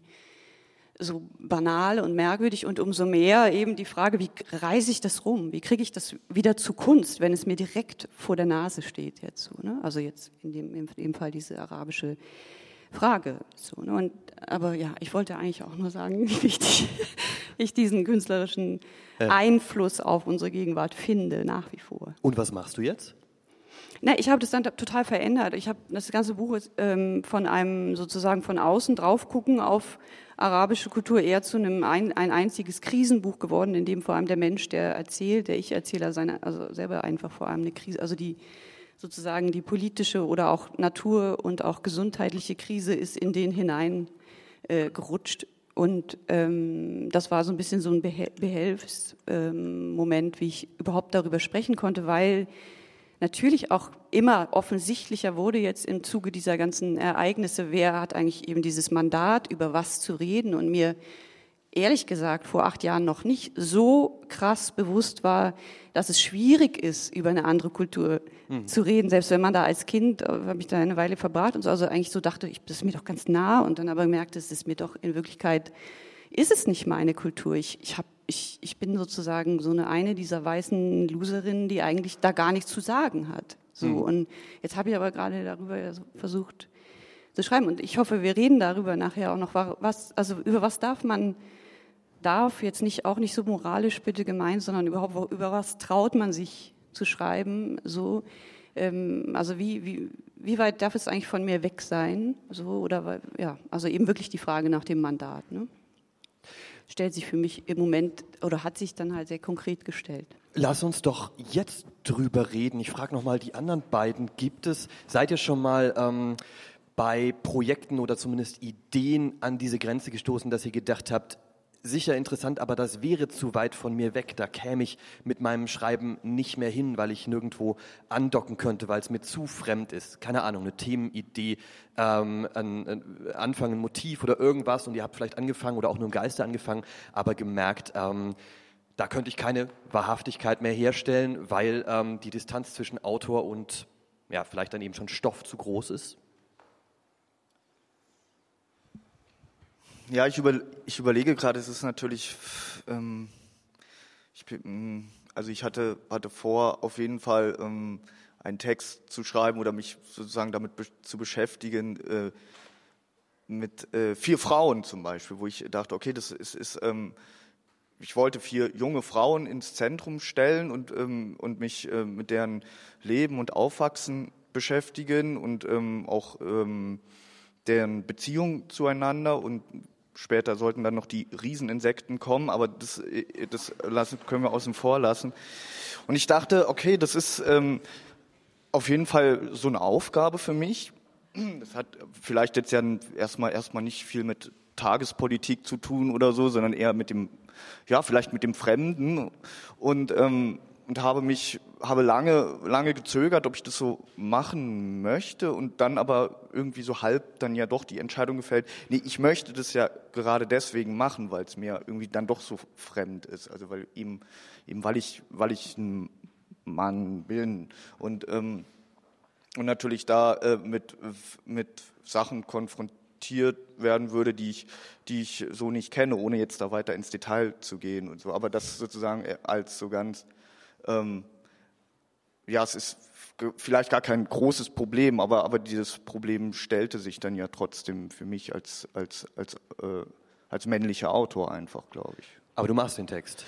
Speaker 4: so banal und merkwürdig und umso mehr eben die Frage, wie reiße ich das rum? Wie kriege ich das wieder zu Kunst, wenn es mir direkt vor der Nase steht jetzt so, ne? Also jetzt in dem, in dem Fall diese arabische Frage. So, ne? Und, aber ja, ich wollte eigentlich auch nur sagen, wie wichtig ich diesen künstlerischen äh. Einfluss auf unsere Gegenwart finde, nach wie vor.
Speaker 1: Und was machst du jetzt?
Speaker 4: Na, ich habe das dann total verändert. Ich habe das ganze Buch ist, ähm, von einem sozusagen von außen drauf gucken auf arabische Kultur eher zu einem ein, ein einziges Krisenbuch geworden, in dem vor allem der Mensch, der erzählt, der Ich-Erzähler, seine, also selber einfach vor allem eine Krise, also die sozusagen die politische oder auch Natur- und auch gesundheitliche Krise ist in den hinein äh, gerutscht. Und ähm, das war so ein bisschen so ein Behelfsmoment, ähm, wie ich überhaupt darüber sprechen konnte, weil natürlich auch immer offensichtlicher wurde jetzt im Zuge dieser ganzen Ereignisse, wer hat eigentlich eben dieses Mandat, über was zu reden. Und mir ehrlich gesagt vor acht Jahren noch nicht so krass bewusst war, dass es schwierig ist, über eine andere Kultur mhm. zu reden. Selbst wenn man da als Kind, habe ich da eine Weile verbracht und so, also eigentlich so dachte, ich, das ist mir doch ganz nah und dann aber gemerkt, es ist mir doch in Wirklichkeit, ist es nicht meine Kultur. Ich, ich, hab, ich, ich bin sozusagen so eine, eine dieser weißen Loserinnen, die eigentlich da gar nichts zu sagen hat. So, mhm. Und jetzt habe ich aber gerade darüber versucht zu schreiben und ich hoffe, wir reden darüber nachher auch noch, was, also über was darf man darf, jetzt nicht auch nicht so moralisch bitte gemeint, sondern überhaupt über was traut man sich zu schreiben, so, ähm, also wie, wie, wie weit darf es eigentlich von mir weg sein, so, oder, ja, also eben wirklich die Frage nach dem Mandat, ne? Stellt sich für mich im Moment, oder hat sich dann halt sehr konkret gestellt.
Speaker 1: Lass uns doch jetzt drüber reden. Ich frage nochmal die anderen beiden, gibt es, seid ihr schon mal ähm, bei Projekten oder zumindest Ideen an diese Grenze gestoßen, dass ihr gedacht habt, sicher interessant, aber das wäre zu weit von mir weg. Da käme ich mit meinem Schreiben nicht mehr hin, weil ich nirgendwo andocken könnte, weil es mir zu fremd ist. Keine Ahnung, eine Themenidee, ähm, ein, ein Anfang, ein Motiv oder irgendwas und ihr habt vielleicht angefangen oder auch nur im Geiste angefangen, aber gemerkt, ähm, da könnte ich keine Wahrhaftigkeit mehr herstellen, weil ähm, die Distanz zwischen Autor und ja, vielleicht dann eben schon Stoff zu groß ist.
Speaker 3: Ja, ich, über, ich überlege gerade, es ist natürlich, ähm, ich, also ich hatte, hatte vor, auf jeden Fall ähm, einen Text zu schreiben oder mich sozusagen damit be- zu beschäftigen, äh, mit äh, vier Frauen zum Beispiel, wo ich dachte, okay, das ist, ist ähm, ich wollte vier junge Frauen ins Zentrum stellen und, ähm, und mich äh, mit deren Leben und Aufwachsen beschäftigen und ähm, auch ähm, deren Beziehung zueinander und später sollten dann noch die Rieseninsekten kommen, aber das, das lassen, können wir außen vor lassen. Und ich dachte, okay, das ist ähm, auf jeden Fall so eine Aufgabe für mich. Das hat vielleicht jetzt ja erstmal erstmal nicht viel mit Tagespolitik zu tun oder so, sondern eher mit dem, ja, vielleicht mit dem Fremden. Und ähm, und habe mich, habe lange, lange gezögert, ob ich das so machen möchte und dann aber irgendwie so halb dann ja doch die Entscheidung gefällt, nee, ich möchte das ja gerade deswegen machen, weil es mir irgendwie dann doch so fremd ist, also weil eben, eben weil ich, weil ich ein Mann bin und, ähm, und natürlich da äh, mit, mit Sachen konfrontiert werden würde, die ich, die ich so nicht kenne, ohne jetzt da weiter ins Detail zu gehen und so, aber das sozusagen als so ganz Ähm, ja, es ist vielleicht gar kein großes Problem, aber, aber dieses Problem stellte sich dann ja trotzdem für mich als, als, als, äh, als männlicher Autor einfach, glaube ich.
Speaker 1: Aber du machst den Text?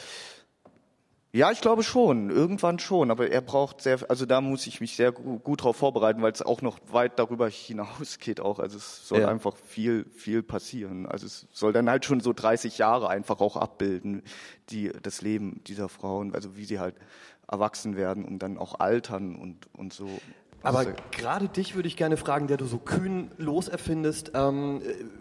Speaker 3: Ja, ich glaube schon, irgendwann schon, aber er braucht sehr, also da muss ich mich sehr gut, gut drauf vorbereiten, weil es auch noch weit darüber hinausgeht auch, also es soll ja. einfach viel, viel passieren, also es soll dann halt schon so dreißig Jahre einfach auch abbilden, die, das Leben dieser Frauen, also wie sie halt erwachsen werden und dann auch altern und, und so.
Speaker 1: Aber
Speaker 3: also,
Speaker 1: gerade dich würde ich gerne fragen, der du so kühn loserfindest, ähm,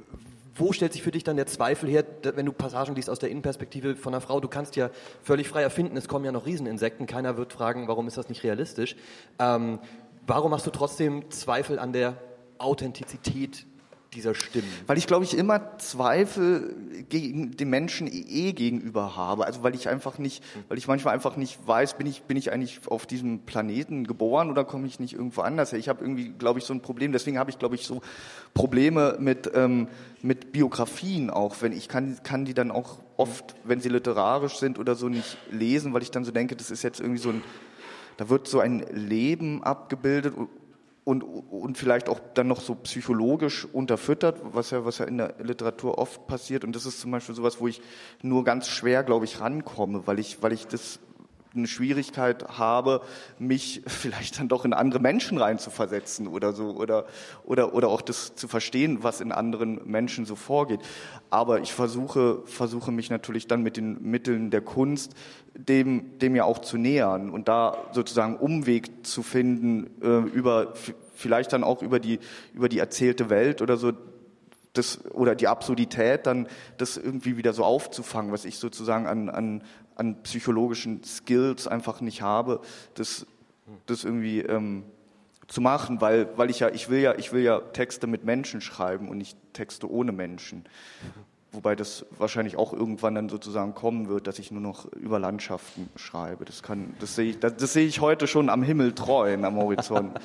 Speaker 1: wo stellt sich für dich dann der Zweifel her, wenn du Passagen liest aus der Innenperspektive von einer Frau? Du kannst ja völlig frei erfinden, es kommen ja noch Rieseninsekten, keiner wird fragen, warum ist das nicht realistisch. Ähm, warum hast du trotzdem Zweifel an der Authentizität dieser Stimmen?
Speaker 3: Weil ich, glaube ich, immer Zweifel gegen den Menschen eh gegenüber habe. Also weil ich einfach nicht, weil ich manchmal einfach nicht weiß, bin ich, bin ich eigentlich auf diesem Planeten geboren oder komme ich nicht irgendwo anders her? Ich habe irgendwie, glaube ich, so ein Problem. Deswegen habe ich, glaube ich, so Probleme mit, ähm, mit Biografien auch. Wenn ich kann, kann die dann auch oft, wenn sie literarisch sind oder so, nicht lesen, weil ich dann so denke, das ist jetzt irgendwie so ein, da wird so ein Leben abgebildet und, und vielleicht auch dann noch so psychologisch unterfüttert, was ja, was ja in der Literatur oft passiert. Und das ist zum Beispiel sowas, wo ich nur ganz schwer, glaube ich, rankomme, weil ich, weil ich das eine Schwierigkeit habe, mich vielleicht dann doch in andere Menschen reinzuversetzen oder so, oder, oder, oder auch das zu verstehen, was in anderen Menschen so vorgeht. Aber ich versuche, versuche mich natürlich dann mit den Mitteln der Kunst dem, dem ja auch zu nähern und da sozusagen Umweg zu finden, äh, über, vielleicht dann auch über die, über die erzählte Welt oder so, das, oder die Absurdität dann, das irgendwie wieder so aufzufangen, was ich sozusagen an, an, an psychologischen Skills einfach nicht habe, das, das irgendwie ähm, zu machen, weil, weil ich ja, ich will ja, ich will ja Texte mit Menschen schreiben und nicht Texte ohne Menschen. Wobei das wahrscheinlich auch irgendwann dann sozusagen kommen wird, dass ich nur noch über Landschaften schreibe. Das kann, das sehe ich, das, das sehe ich heute schon am Himmel träumen, am Horizont.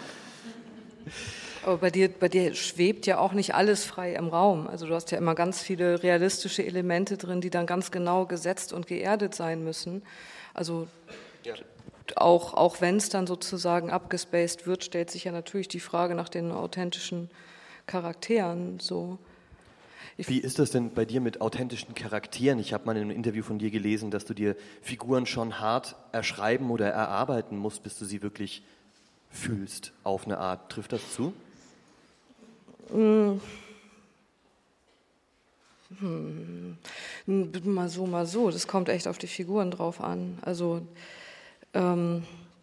Speaker 2: Aber bei dir, bei dir schwebt ja auch nicht alles frei im Raum. Also du hast ja immer ganz viele realistische Elemente drin, die dann ganz genau gesetzt und geerdet sein müssen. Also ja. auch, auch wenn es dann sozusagen abgespaced wird, stellt sich ja natürlich die Frage nach den authentischen Charakteren. So.
Speaker 1: Wie ist das denn bei dir mit authentischen Charakteren? Ich habe mal in einem Interview von dir gelesen, dass du dir Figuren schon hart erschreiben oder erarbeiten musst, bis du sie wirklich fühlst auf eine Art. Trifft das zu?
Speaker 2: Hm. Hm. Mal so, mal so. Das kommt echt auf die Figuren drauf an. Also ähm,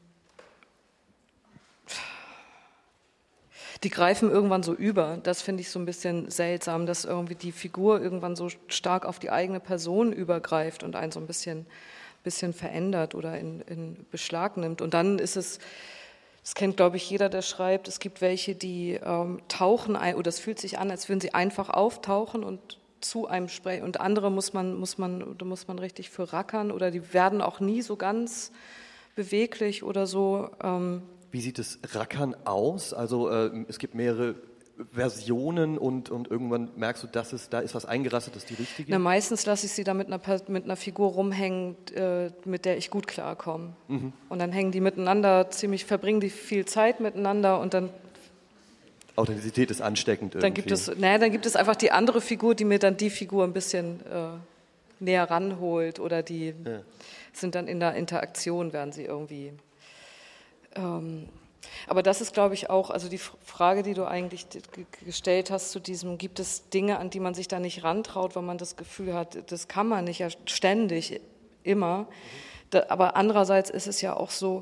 Speaker 2: die greifen irgendwann so über. Das finde ich so ein bisschen seltsam, dass irgendwie die Figur irgendwann so stark auf die eigene Person übergreift und einen so ein bisschen, bisschen verändert oder in, in Beschlag nimmt. Und dann ist es, das kennt, glaube ich, jeder, der schreibt, es gibt welche, die ähm, tauchen ein, oder es fühlt sich an, als würden sie einfach auftauchen und zu einem sprechen. Und andere muss man, muss man, da muss man richtig für rackern oder die werden auch nie so ganz beweglich oder so. Ähm,
Speaker 1: Wie sieht das Rackern aus? Also äh, es gibt mehrere Versionen und, und irgendwann merkst du, dass es, da ist was eingerastet, das ist die richtige?
Speaker 2: Na, meistens lasse ich sie da mit einer, mit einer Figur rumhängen, äh, mit der ich gut klarkomme. Mhm. Und dann hängen die miteinander, ziemlich verbringen die viel Zeit miteinander und dann...
Speaker 1: Authentizität ist ansteckend irgendwie.
Speaker 2: Dann gibt es, naja, dann gibt es einfach die andere Figur, die mir dann die Figur ein bisschen äh, näher ranholt oder die ja. sind dann in der Interaktion, werden sie irgendwie... Ähm, aber das ist, glaube ich, auch, also die Frage, die du eigentlich gestellt hast zu diesem, gibt es Dinge, an die man sich da nicht rantraut, weil man das Gefühl hat, das kann man nicht ja ständig, immer. Mhm. Da, aber andererseits ist es ja auch so,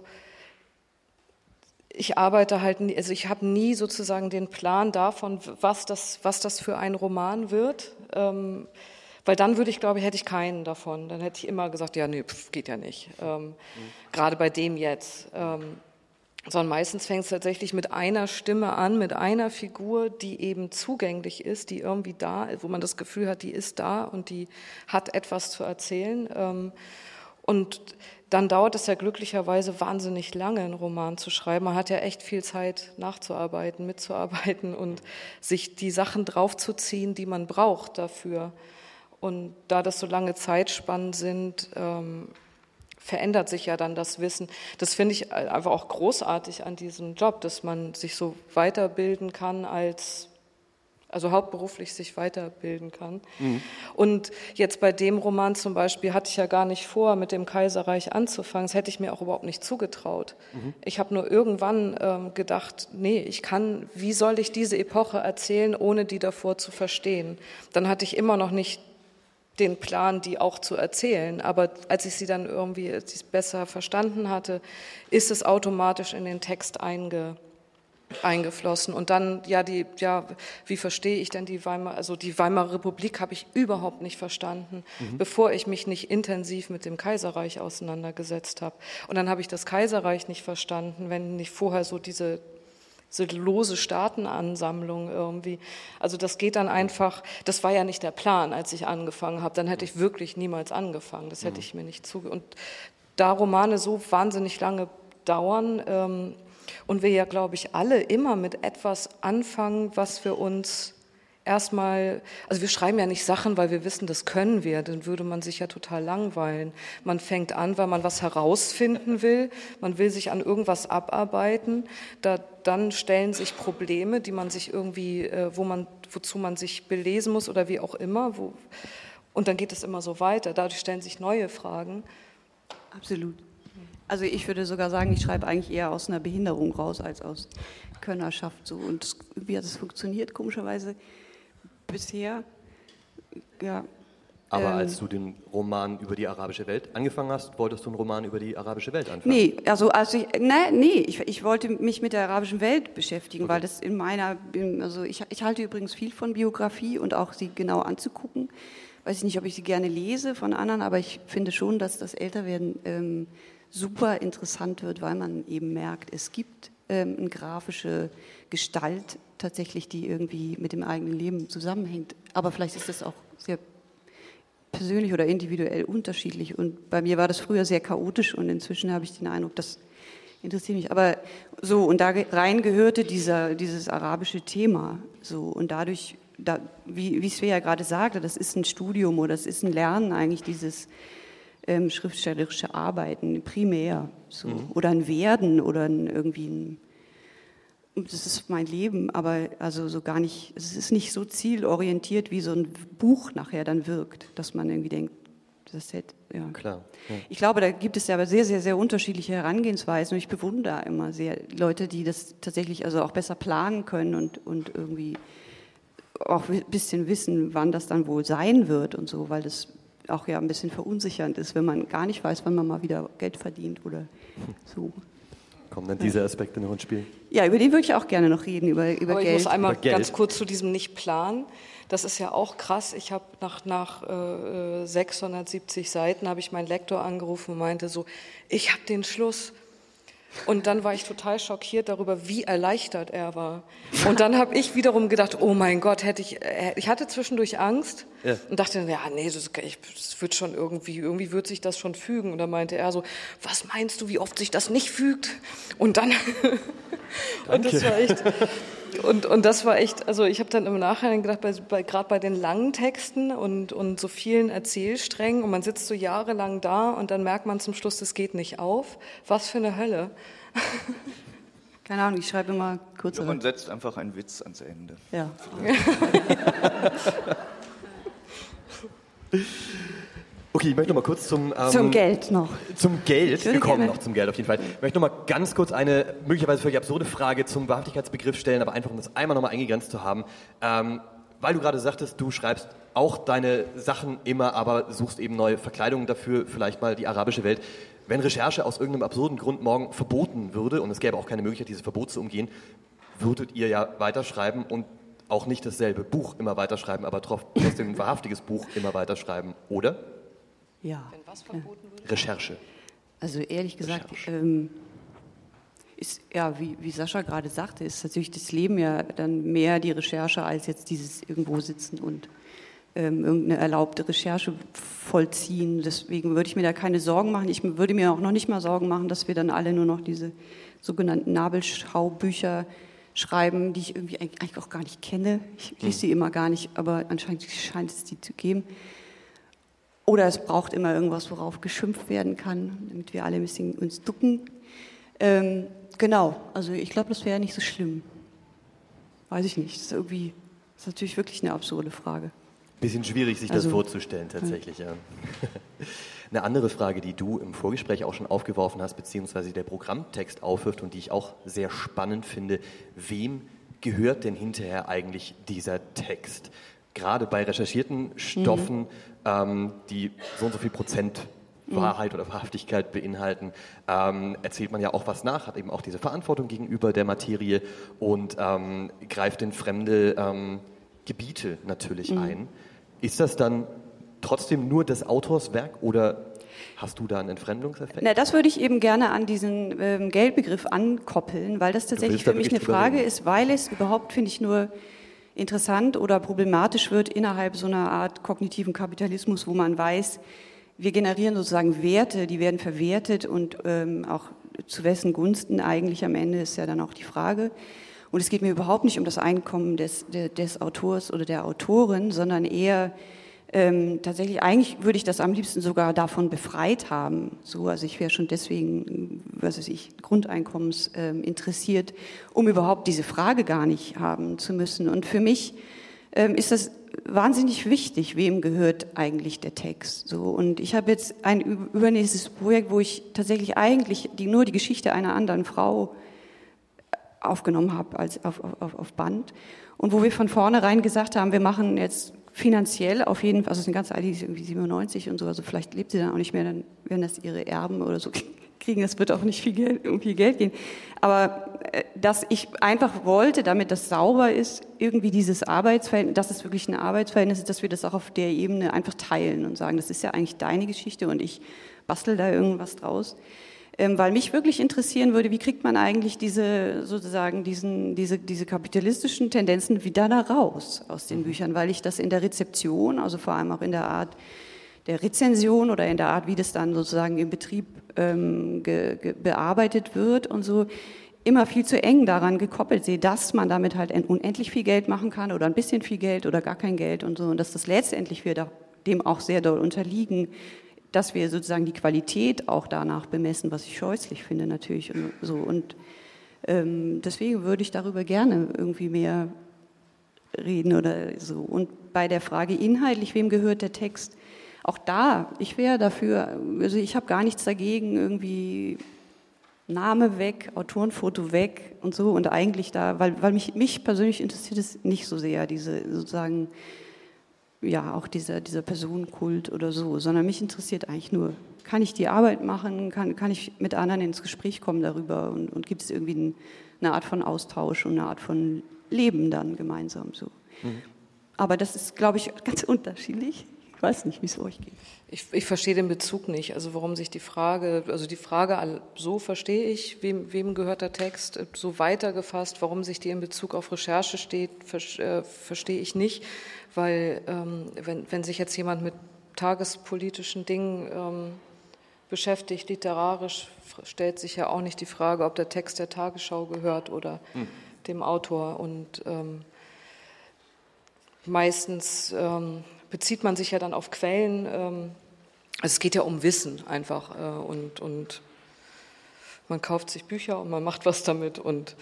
Speaker 2: ich arbeite halt, nie, also ich habe nie sozusagen den Plan davon, was das, was das für ein Roman wird, ähm, weil dann würde ich, glaube ich, hätte ich keinen davon. Dann hätte ich immer gesagt, ja, nee, pf, geht ja nicht. Ähm, mhm. Gerade bei dem jetzt. Ähm, sondern meistens fängt es tatsächlich mit einer Stimme an, mit einer Figur, die eben zugänglich ist, die irgendwie da ist, wo man das Gefühl hat, die ist da und die hat etwas zu erzählen. Und dann dauert es ja glücklicherweise wahnsinnig lange, einen Roman zu schreiben. Man hat ja echt viel Zeit nachzuarbeiten, mitzuarbeiten und sich die Sachen draufzuziehen, die man braucht dafür. Und da das so lange Zeitspannen sind, verändert sich ja dann das Wissen. Das finde ich einfach auch großartig an diesem Job, dass man sich so weiterbilden kann als, also hauptberuflich sich weiterbilden kann. Mhm. Und jetzt bei dem Roman zum Beispiel hatte ich ja gar nicht vor, mit dem Kaiserreich anzufangen. Das hätte ich mir auch überhaupt nicht zugetraut. Mhm. Ich habe nur irgendwann ähm, gedacht, nee, ich kann, wie soll ich diese Epoche erzählen, ohne die davor zu verstehen? Dann hatte ich immer noch nicht den Plan, die auch zu erzählen. Aber als ich sie dann irgendwie als ich es besser verstanden hatte, ist es automatisch in den Text einge eingeflossen. Und dann, ja, die, ja, wie verstehe ich denn die Weimar, also die Weimarer Republik habe ich überhaupt nicht verstanden, mhm. bevor ich mich nicht intensiv mit dem Kaiserreich auseinandergesetzt habe. Und dann habe ich das Kaiserreich nicht verstanden, wenn nicht vorher so diese, diese lose Staatenansammlung irgendwie. Also das geht dann einfach, das war ja nicht der Plan, als ich angefangen habe. Dann hätte ich wirklich niemals angefangen. Das hätte mhm. ich mir nicht zuge... Und da Romane so wahnsinnig lange dauern, ähm, und wir ja, glaube ich, alle immer mit etwas anfangen, was für uns erstmal, also wir schreiben ja nicht Sachen, weil wir wissen, das können wir, dann würde man sich ja total langweilen. Man fängt an, weil man was herausfinden will, man will sich an irgendwas abarbeiten, da, dann stellen sich Probleme, die man sich irgendwie, wo man, wozu man sich belesen muss oder wie auch immer, wo, und dann geht es immer so weiter, dadurch stellen sich neue Fragen.
Speaker 4: Absolut. Also ich würde sogar sagen, ich schreibe eigentlich eher aus einer Behinderung raus als aus Könnerschaft. So. Und wie hat es funktioniert, komischerweise bisher? Ja.
Speaker 1: Aber
Speaker 4: ähm,
Speaker 1: als du den Roman über die arabische Welt angefangen hast, wolltest du einen Roman über die arabische Welt anfangen?
Speaker 4: Nee, also, also ich, ne, nee, ich, ich wollte mich mit der arabischen Welt beschäftigen, okay. weil das in meiner, also ich, ich halte übrigens viel von Biografie und auch sie genau anzugucken. Weiß ich nicht, ob ich sie gerne lese von anderen, aber ich finde schon, dass das Älterwerden ähm, super interessant wird, weil man eben merkt, es gibt ähm, eine grafische Gestalt tatsächlich, die irgendwie mit dem eigenen Leben zusammenhängt. Aber vielleicht ist das auch sehr persönlich oder individuell unterschiedlich. Und bei mir war das früher sehr chaotisch und inzwischen habe ich den Eindruck, das interessiert mich. Aber so, und da rein gehörte dieser, dieses arabische Thema. So, und dadurch, da, wie, wie Svea gerade sagte, das ist ein Studium oder das ist ein Lernen eigentlich dieses Ähm, schriftstellerische Arbeiten, primär, so. Mhm. Oder ein Werden oder ein, irgendwie ein, das ist mein Leben, aber also so gar nicht, es ist nicht so zielorientiert, wie so ein Buch nachher dann wirkt, dass man irgendwie denkt, das hätte, ja.
Speaker 1: Klar. Ja.
Speaker 4: Ich glaube, da gibt es ja aber sehr, sehr, sehr unterschiedliche Herangehensweisen und ich bewundere immer sehr Leute, die das tatsächlich also auch besser planen können und, und irgendwie auch ein bisschen wissen, wann das dann wohl sein wird und so, weil das auch ja ein bisschen verunsichernd ist, wenn man gar nicht weiß, wann man mal wieder Geld verdient oder so.
Speaker 1: Kommen dann diese Aspekte noch ins Spiel?
Speaker 4: Ja, über den würde ich auch gerne noch reden, über, über
Speaker 2: Aber
Speaker 4: Geld.
Speaker 2: ich muss einmal
Speaker 1: über Geld.
Speaker 2: ganz kurz zu diesem Nicht-Plan. Das ist ja auch krass. Ich habe nach, nach äh, sechshundertsiebzig Seiten habe ich meinen Lektor angerufen und meinte so, ich habe den Schluss. Und dann war ich total schockiert darüber, wie erleichtert er war. Und dann habe ich wiederum gedacht, oh mein Gott, hätte ich, ich hatte zwischendurch Angst ja. und dachte, ja, nee, das, das wird schon irgendwie, irgendwie wird sich das schon fügen. Und dann meinte er so, was meinst du, wie oft sich das nicht fügt? Und dann, und das war echt, und, und das war echt, also ich habe dann im Nachhinein gedacht, bei, bei, gerade bei den langen Texten und, und so vielen Erzählsträngen und man sitzt so jahrelang da und dann merkt man zum Schluss, das geht nicht auf. Was für eine Hölle.
Speaker 4: Keine Ahnung, ich schreibe immer kurz.
Speaker 3: Ja, man setzt einfach einen Witz ans Ende.
Speaker 4: Ja.
Speaker 1: Okay, ich möchte noch mal kurz zum... Ähm,
Speaker 4: zum Geld noch.
Speaker 1: Zum Geld, wir kommen noch zum Geld auf jeden Fall. Ich möchte noch mal ganz kurz eine möglicherweise völlig absurde Frage zum Wahrhaftigkeitsbegriff stellen, aber einfach, um das einmal noch mal eingegrenzt zu haben. Ähm, weil du gerade sagtest, du schreibst auch deine Sachen immer, aber suchst eben neue Verkleidungen dafür, vielleicht mal die arabische Welt. Wenn Recherche aus irgendeinem absurden Grund morgen verboten würde, und es gäbe auch keine Möglichkeit, dieses Verbot zu umgehen, würdet ihr ja weiterschreiben und auch nicht dasselbe Buch immer weiterschreiben, aber trotzdem ein wahrhaftiges Buch immer weiterschreiben, oder?
Speaker 4: Ja.
Speaker 2: Wenn was verboten würde?
Speaker 1: Recherche.
Speaker 4: Also ehrlich gesagt, ähm, ist, ja, wie, wie Sascha gerade sagte, ist natürlich das Leben ja dann mehr die Recherche als jetzt dieses irgendwo sitzen und ähm, irgendeine erlaubte Recherche vollziehen. Deswegen würde ich mir da keine Sorgen machen. Ich würde mir auch noch nicht mal Sorgen machen, dass wir dann alle nur noch diese sogenannten Nabelschaubücher schreiben, die ich irgendwie eigentlich auch gar nicht kenne. Ich lese sie immer gar nicht, aber anscheinend scheint es die zu geben. Oder es braucht immer irgendwas, worauf geschimpft werden kann, damit wir alle ein bisschen uns ducken. Ähm, genau, also ich glaube, das wäre nicht so schlimm. Weiß ich nicht, das ist irgendwie, ist natürlich wirklich eine absurde Frage.
Speaker 1: Bisschen schwierig, sich
Speaker 4: also,
Speaker 1: das vorzustellen, tatsächlich, ja. Eine andere Frage, die du im Vorgespräch auch schon aufgeworfen hast, beziehungsweise der Programmtext aufwirft und die ich auch sehr spannend finde: Wem gehört denn hinterher eigentlich dieser Text? Gerade bei recherchierten Stoffen, mhm. ähm, die so und so viel Prozent Wahrheit oder Wahrhaftigkeit beinhalten, ähm, erzählt man ja auch was nach, hat eben auch diese Verantwortung gegenüber der Materie und ähm, greift in fremde ähm, Gebiete natürlich mhm. ein. Ist das dann trotzdem nur des Autors Werk oder hast du da einen Entfremdungseffekt?
Speaker 4: Na, das würde ich eben gerne an diesen ähm, Geldbegriff ankoppeln, weil das tatsächlich für mich eine Frage reden. ist, weil es überhaupt, finde ich, nur interessant oder problematisch wird innerhalb so einer Art kognitiven Kapitalismus, wo man weiß, wir generieren sozusagen Werte, die werden verwertet und ähm, auch zu wessen Gunsten eigentlich am Ende ist ja dann auch die Frage. Und es geht mir überhaupt nicht um das Einkommen des, des, des Autors oder der Autorin, sondern eher ähm, tatsächlich, eigentlich würde ich das am liebsten sogar davon befreit haben. So, also ich wäre schon deswegen, was weiß ich, Grundeinkommens ähm, interessiert, um überhaupt diese Frage gar nicht haben zu müssen. Und für mich ähm, ist das wahnsinnig wichtig, wem gehört eigentlich der Text. So, und ich habe jetzt ein übernächstes Projekt, wo ich tatsächlich eigentlich die, nur die Geschichte einer anderen Frau aufgenommen habe als auf, auf, auf Band und wo wir von vornherein gesagt haben, wir machen jetzt finanziell auf jeden Fall, also es ist eine ganze alte, die ist irgendwie siebenundneunzig und so, also vielleicht lebt sie dann auch nicht mehr, dann werden das ihre Erben oder so kriegen, das wird auch nicht viel Geld, um viel Geld gehen, aber äh, dass ich einfach wollte, damit das sauber ist, irgendwie dieses Arbeitsverhältnis, dass es wirklich ein Arbeitsverhältnis ist, dass wir das auch auf der Ebene einfach teilen und sagen, das ist ja eigentlich deine Geschichte und ich bastel da irgendwas draus. Ähm, weil mich wirklich interessieren würde, wie kriegt man eigentlich diese, sozusagen diesen, diese, diese kapitalistischen Tendenzen wieder da raus aus den Büchern, weil ich das in der Rezeption, also vor allem auch in der Art der Rezension oder in der Art, wie das dann sozusagen im Betrieb ähm, ge, ge, bearbeitet wird und so, immer viel zu eng daran gekoppelt sehe, dass man damit halt unendlich viel Geld machen kann oder ein bisschen viel Geld oder gar kein Geld und so und dass das letztendlich wir dem auch sehr doll unterliegen, dass wir sozusagen die Qualität auch danach bemessen, was ich scheußlich finde natürlich und so. Und ähm, deswegen würde ich darüber gerne irgendwie mehr reden oder so. Und bei der Frage inhaltlich, wem gehört der Text, auch da, ich wäre dafür, also ich habe gar nichts dagegen, irgendwie Name weg, Autorenfoto weg und so und eigentlich da, weil, weil mich, mich persönlich interessiert es nicht so sehr, diese sozusagen ja, auch dieser, dieser Personenkult oder so, sondern mich interessiert eigentlich nur, kann ich die Arbeit machen, kann, kann ich mit anderen ins Gespräch kommen darüber und, und gibt es irgendwie ein, eine Art von Austausch und eine Art von Leben dann gemeinsam so. Mhm. Aber das ist, glaube ich, ganz unterschiedlich. Ich weiß nicht, wie es euch geht.
Speaker 2: Ich, ich verstehe den Bezug nicht, also warum sich die Frage, also die Frage, so verstehe ich, wem, wem gehört der Text, so weitergefasst, warum sich die in Bezug auf Recherche steht, ver, äh, verstehe ich nicht, weil ähm, wenn, wenn sich jetzt jemand mit tagespolitischen Dingen ähm, beschäftigt, literarisch, stellt sich ja auch nicht die Frage, ob der Text der Tagesschau gehört oder hm. dem Autor und ähm, meistens ähm, bezieht man sich ja dann auf Quellen, ähm, also es geht ja um Wissen einfach äh, und, und man kauft sich Bücher und man macht was damit und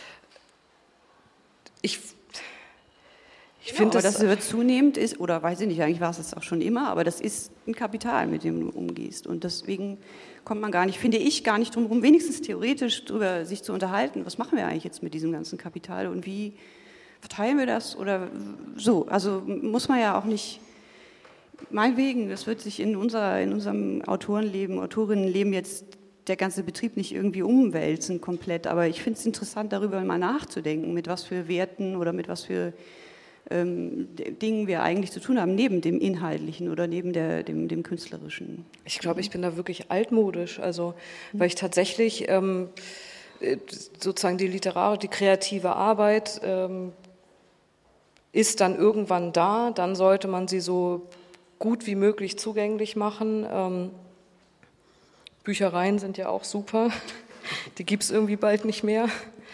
Speaker 2: ich Ich
Speaker 4: ja,
Speaker 2: finde,
Speaker 4: das, das wird zunehmend ist, oder weiß ich nicht, eigentlich war es das auch schon immer, aber das ist ein Kapital, mit dem du umgehst. Und deswegen kommt man gar nicht, finde ich, gar nicht drum herum, wenigstens theoretisch darüber sich zu unterhalten. Was machen wir eigentlich jetzt mit diesem ganzen Kapital und wie verteilen wir das oder so? Also muss man ja auch nicht, meinetwegen, das wird sich in, unserer, in unserem Autorenleben, Autorinnenleben jetzt der ganze Betrieb nicht irgendwie umwälzen komplett. Aber ich finde es interessant, darüber mal nachzudenken, mit was für Werten oder mit was für Ähm, Dingen wir eigentlich zu tun haben, neben dem Inhaltlichen oder neben der, dem, dem Künstlerischen.
Speaker 2: Ich glaube, ich bin da wirklich altmodisch, also weil ich tatsächlich ähm, sozusagen die literarische, die kreative Arbeit ähm, ist dann irgendwann da, dann sollte man sie so gut wie möglich zugänglich machen. Ähm, Büchereien sind ja auch super, die gibt es irgendwie bald nicht mehr.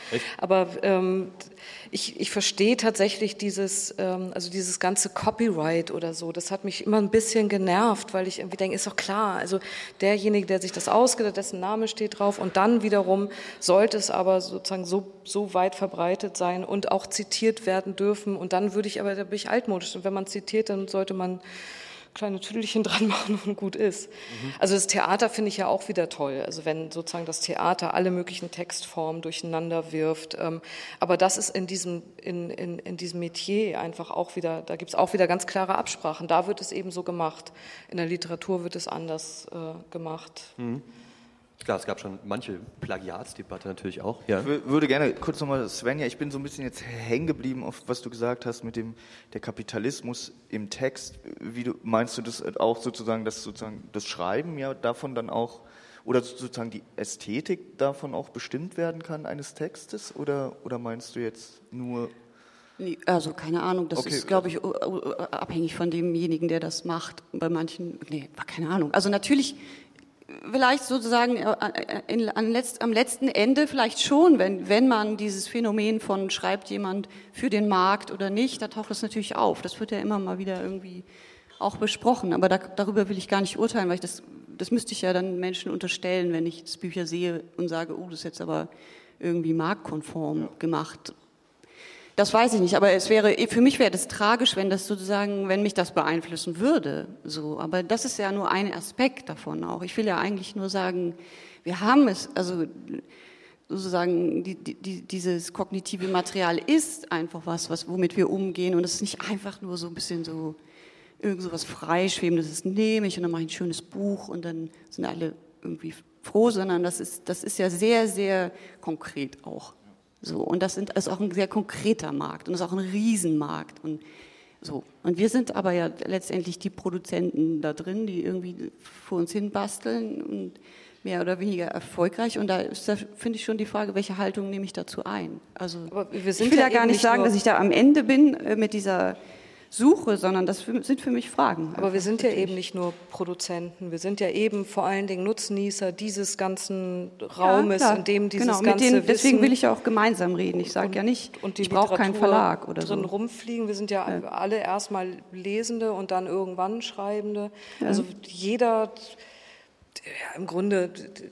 Speaker 1: Echt?
Speaker 2: Aber ähm, ich, ich verstehe tatsächlich dieses, ähm, also dieses ganze Copyright oder so, das hat mich immer ein bisschen genervt, weil ich irgendwie denke, ist doch klar, also derjenige, der sich das ausgedacht, dessen Name steht drauf und dann wiederum sollte es aber sozusagen so, so weit verbreitet sein und auch zitiert werden dürfen und dann würde ich aber, da bin ich altmodisch und wenn man zitiert, dann sollte man kleine Tüdelchen dran machen und gut ist. Mhm. Also das Theater finde ich ja auch wieder toll, also wenn sozusagen das Theater alle möglichen Textformen durcheinander wirft, ähm, aber das ist in diesem, in, in, in diesem Metier einfach auch wieder, da gibt es auch wieder ganz klare Absprachen, da wird es eben so gemacht, in der Literatur wird es anders äh, gemacht.
Speaker 1: Mhm. Klar, es gab schon manche Plagiatsdebatte natürlich auch. Ja.
Speaker 3: Ich würde gerne kurz nochmal, Svenja, ich bin so ein bisschen jetzt hängen geblieben auf was du gesagt hast mit dem der Kapitalismus im Text. Wie du meinst du das auch sozusagen, dass sozusagen das Schreiben ja davon dann auch oder sozusagen die Ästhetik davon auch bestimmt werden kann eines Textes oder oder meinst du jetzt nur?
Speaker 4: Also keine Ahnung, das
Speaker 3: okay.
Speaker 4: ist, glaube ich, abhängig von demjenigen, der das macht. Bei manchen, nee, keine Ahnung. Also natürlich. Vielleicht sozusagen in, an letzt, am letzten Ende vielleicht schon, wenn, wenn man dieses Phänomen von schreibt jemand für den Markt oder nicht, da taucht das natürlich auf. Das wird ja immer mal wieder irgendwie auch besprochen. Aber da, darüber will ich gar nicht urteilen, weil ich das, das müsste ich ja dann Menschen unterstellen, wenn ich das Bücher sehe und sage, oh, das ist jetzt aber irgendwie marktkonform gemacht. Das weiß ich nicht, aber es wäre, für mich wäre das tragisch, wenn das sozusagen, wenn mich das beeinflussen würde, so. Aber das ist ja nur ein Aspekt davon auch. Ich will ja eigentlich nur sagen, wir haben es, also, sozusagen, die, die, dieses kognitive Material ist einfach was, was, womit wir umgehen und es ist nicht einfach nur so ein bisschen so, irgend so was Freischwebendes, das nehme ich und dann mache ich ein schönes Buch und dann sind alle irgendwie froh, sondern das ist, das ist ja sehr, sehr konkret auch. So, und das sind, ist auch ein sehr konkreter Markt und das ist auch ein Riesenmarkt und so. Und wir sind aber ja letztendlich die Produzenten da drin, die irgendwie vor uns hin basteln und mehr oder weniger erfolgreich. Und da ist, da finde ich schon die Frage, welche Haltung nehme ich dazu ein? Also wir sind ich will ja, ja gar nicht sagen, dass ich da am Ende bin äh, mit dieser Suche, sondern das für, sind für mich Fragen.
Speaker 2: Aber wir sind ja eben nicht nur Produzenten, wir sind ja eben vor allen Dingen Nutznießer dieses ganzen Raumes, ja, in dem dieses
Speaker 4: genau,
Speaker 2: ganze
Speaker 4: mit denen,
Speaker 2: Wissen...
Speaker 4: Deswegen will ich ja auch gemeinsam reden. Ich sage ja nicht, ich brauche keinen Verlag oder so.
Speaker 2: drin rumfliegen. Wir sind ja, ja alle erstmal Lesende und dann irgendwann Schreibende. Ja. Also jeder, ja, im Grunde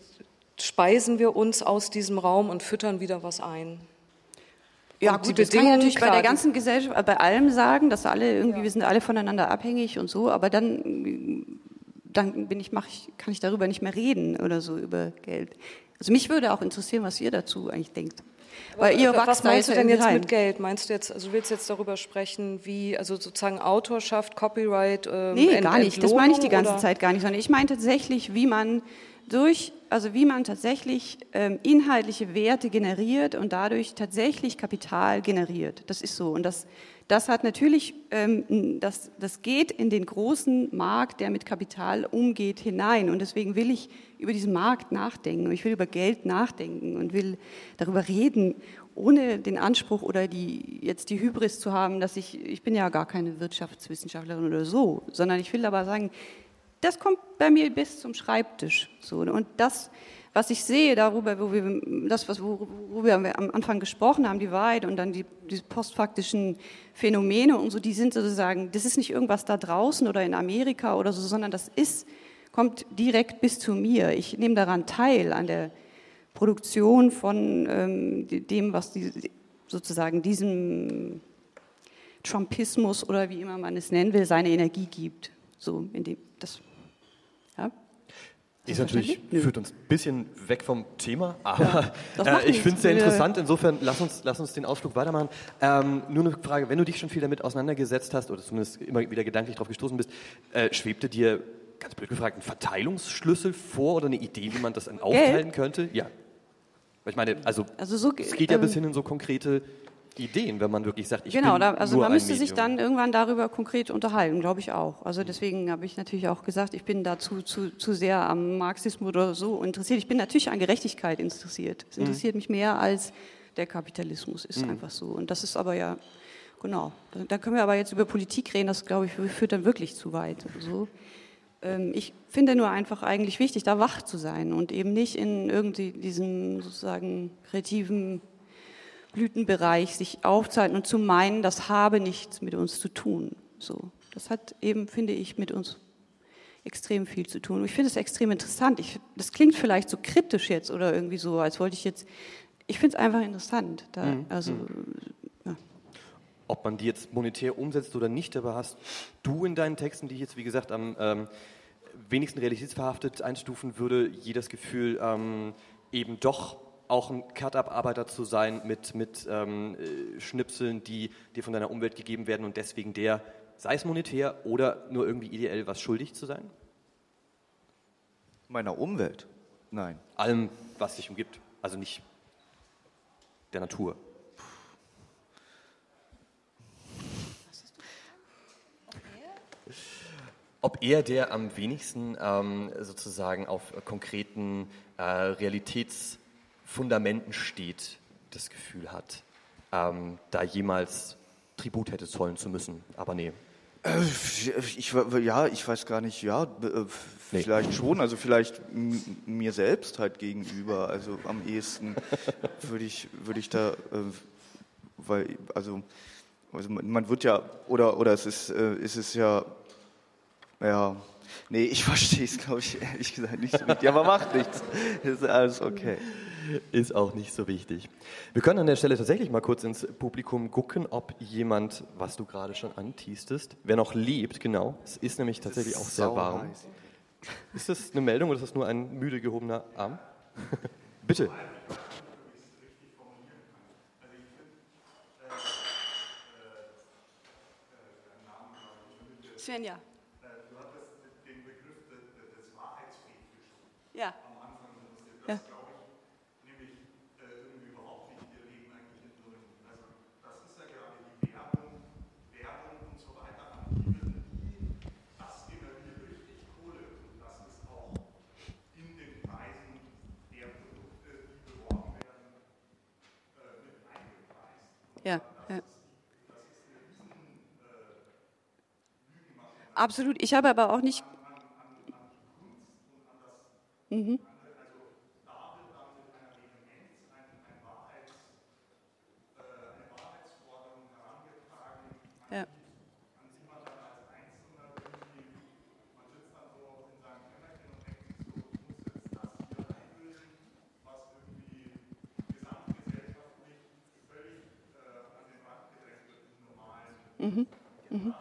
Speaker 2: speisen wir uns aus diesem Raum und füttern wieder was ein.
Speaker 4: Ja, gut, das kann ich natürlich bei der ganzen Gesellschaft, bei allem sagen, dass alle irgendwie, ja. wir sind alle voneinander abhängig und so, aber dann, dann bin ich, mache ich, kann ich darüber nicht mehr reden oder so über Geld. Also mich würde auch interessieren, was ihr dazu eigentlich denkt.
Speaker 2: Aber Weil ihr was meinst du denn jetzt rein. Mit Geld? Meinst du jetzt, also du willst jetzt darüber sprechen, wie, also sozusagen Autorschaft, Copyright, ähm,
Speaker 4: Nee,
Speaker 2: Ent-
Speaker 4: gar nicht, das meine ich die ganze
Speaker 2: oder?
Speaker 4: Zeit gar nicht, sondern ich meine tatsächlich, wie man durch, also wie man tatsächlich ähm, inhaltliche Werte generiert und dadurch tatsächlich Kapital generiert. Das ist so. Und das, das hat natürlich, ähm, das, das geht in den großen Markt, der mit Kapital umgeht, hinein. Und deswegen will ich über diesen Markt nachdenken. Und ich will über Geld nachdenken und will darüber reden, ohne den Anspruch oder die, jetzt die Hybris zu haben, dass ich, ich bin ja gar keine Wirtschaftswissenschaftlerin oder so, sondern ich will aber sagen, das kommt bei mir bis zum Schreibtisch. So. Und das, was ich sehe darüber, wo wir, das, was, worüber wir am Anfang gesprochen haben, die Wahrheit und dann die, diese postfaktischen Phänomene und so, die sind sozusagen, das ist nicht irgendwas da draußen oder in Amerika oder so, sondern das ist, kommt direkt bis zu mir. Ich nehme daran teil, an der Produktion von ähm, dem, was die, sozusagen diesem Trumpismus oder wie immer man es nennen will, seine Energie gibt. So, in dem, das, ja.
Speaker 1: Ist natürlich, führt uns ein bisschen weg vom Thema, aber ja, äh, ich finde es sehr interessant. Insofern, lass uns, lass uns den Ausflug weitermachen. Ähm, nur eine Frage, wenn du dich schon viel damit auseinandergesetzt hast oder zumindest immer wieder gedanklich drauf gestoßen bist, äh, schwebte dir, ganz blöd gefragt, ein Verteilungsschlüssel vor oder eine Idee, wie man das dann aufteilen könnte? Ja. Weil ich meine, also,
Speaker 4: also so,
Speaker 1: es geht ja ähm, bis hin in so konkrete Ideen, wenn man wirklich sagt, ich
Speaker 4: genau,
Speaker 1: bin
Speaker 4: da, also
Speaker 1: nur
Speaker 4: man
Speaker 1: ein
Speaker 4: müsste
Speaker 1: Medium.
Speaker 4: sich dann irgendwann darüber konkret unterhalten, glaube ich auch. Also deswegen habe ich natürlich auch gesagt, ich bin dazu zu, zu sehr am Marxismus oder so interessiert. Ich bin natürlich an Gerechtigkeit interessiert. Es interessiert mhm. mich mehr als der Kapitalismus, ist mhm. einfach so. Und das ist aber ja, genau, da, da können wir aber jetzt über Politik reden, das glaube ich führt dann wirklich zu weit. So. Ähm, ich finde nur einfach eigentlich wichtig, da wach zu sein und eben nicht in irgendwie diesem sozusagen kreativen Blütenbereich sich aufzuhalten und zu meinen, das habe nichts mit uns zu tun. So, das hat eben, finde ich, mit uns extrem viel zu tun. Und ich finde es extrem interessant. Ich, das klingt vielleicht so kritisch jetzt oder irgendwie so, als wollte ich jetzt, ich finde es einfach interessant. Da, mhm. Also, ja.
Speaker 1: Ob man die jetzt monetär umsetzt oder nicht, aber hast du in deinen Texten, die ich jetzt, wie gesagt, am ähm, wenigsten realitätsverhaftet einstufen würde, je das Gefühl, ähm, eben doch auch ein Cut-Up-Arbeiter zu sein mit, mit ähm, Schnipseln, die dir von deiner Umwelt gegeben werden und deswegen der, sei es monetär oder nur irgendwie ideell, was schuldig zu sein?
Speaker 3: Meiner Umwelt? Nein.
Speaker 1: Allem, was dich umgibt, also nicht der Natur. Ob er der am wenigsten ähm, sozusagen auf konkreten äh, Realitätsfundamenten steht, das Gefühl hat, ähm, da jemals Tribut hätte zollen zu müssen, aber nee.
Speaker 3: Äh, ich, ja, ich weiß gar nicht, ja, äh, vielleicht nee. schon, also vielleicht m- mir selbst halt gegenüber, also am ehesten würde ich, würde ich da, äh, weil, also, also man wird ja, oder, oder es ist, äh, ist es ja, ja, nee, ich verstehe es, glaube ich, ehrlich gesagt nicht so richtig, aber macht nichts, ist alles okay.
Speaker 1: Ist auch nicht so wichtig. Wir können an der Stelle tatsächlich mal kurz ins Publikum gucken, ob jemand, was du gerade schon anteastest, wer noch lebt, genau, es ist nämlich tatsächlich auch sehr warm. Heiß. Ist das eine Meldung oder ist das nur ein müde gehobener Arm? Bitte.
Speaker 4: Svenja.
Speaker 5: Du hattest den Begriff des Wahrheitsfetischs
Speaker 4: ja.
Speaker 5: am Anfang. Das
Speaker 4: ja.
Speaker 5: glaube ich nämlich irgendwie überhaupt nicht ihr Leben eigentlich drin. Also das ist ja gerade die Werbung, Werbung und so weiter anbieten, die das generiert richtig Kohle. Und das ist auch in den Preisen der Produkte, die beworben werden, mit eingepreist.
Speaker 4: Ja, ja. Absolut. Ich habe aber auch nicht. Mhm. Ja. Mhm. Mhm.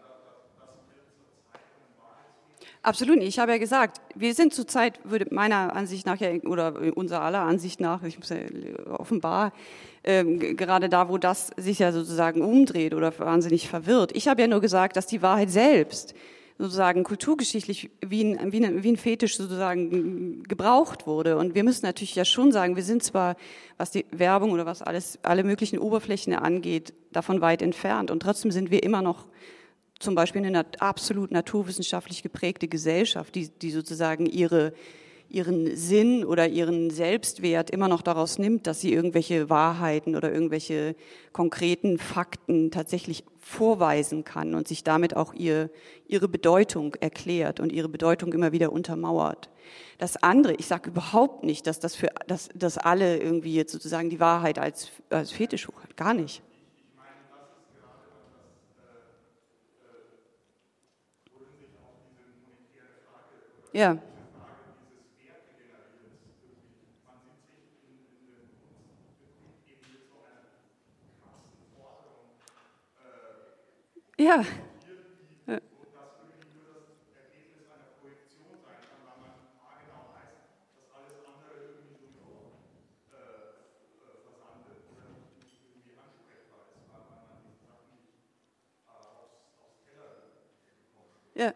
Speaker 4: Absolut. Ich habe ja gesagt, wir sind zurzeit, würde meiner Ansicht nach ja, oder unserer aller Ansicht nach, ich muss ja offenbar, ähm, gerade da, wo das sich ja sozusagen umdreht oder wahnsinnig verwirrt. Ich habe ja nur gesagt, dass die Wahrheit selbst sozusagen kulturgeschichtlich wie ein, wie ein, wie ein Fetisch sozusagen gebraucht wurde. Und wir müssen natürlich ja schon sagen, wir sind zwar, was die Werbung oder was alles, alle möglichen Oberflächen angeht, davon weit entfernt. Und trotzdem sind wir immer noch zum Beispiel eine absolut naturwissenschaftlich geprägte Gesellschaft, die, die sozusagen ihre, ihren Sinn oder ihren Selbstwert immer noch daraus nimmt, dass sie irgendwelche Wahrheiten oder irgendwelche konkreten Fakten tatsächlich vorweisen kann und sich damit auch ihr, ihre Bedeutung erklärt und ihre Bedeutung immer wieder untermauert. Das andere, ich sage überhaupt nicht, dass das für, dass, dass alle irgendwie jetzt sozusagen die Wahrheit als, als Fetisch hochhalten, gar nicht. Ja. Ja. Ja. Ja.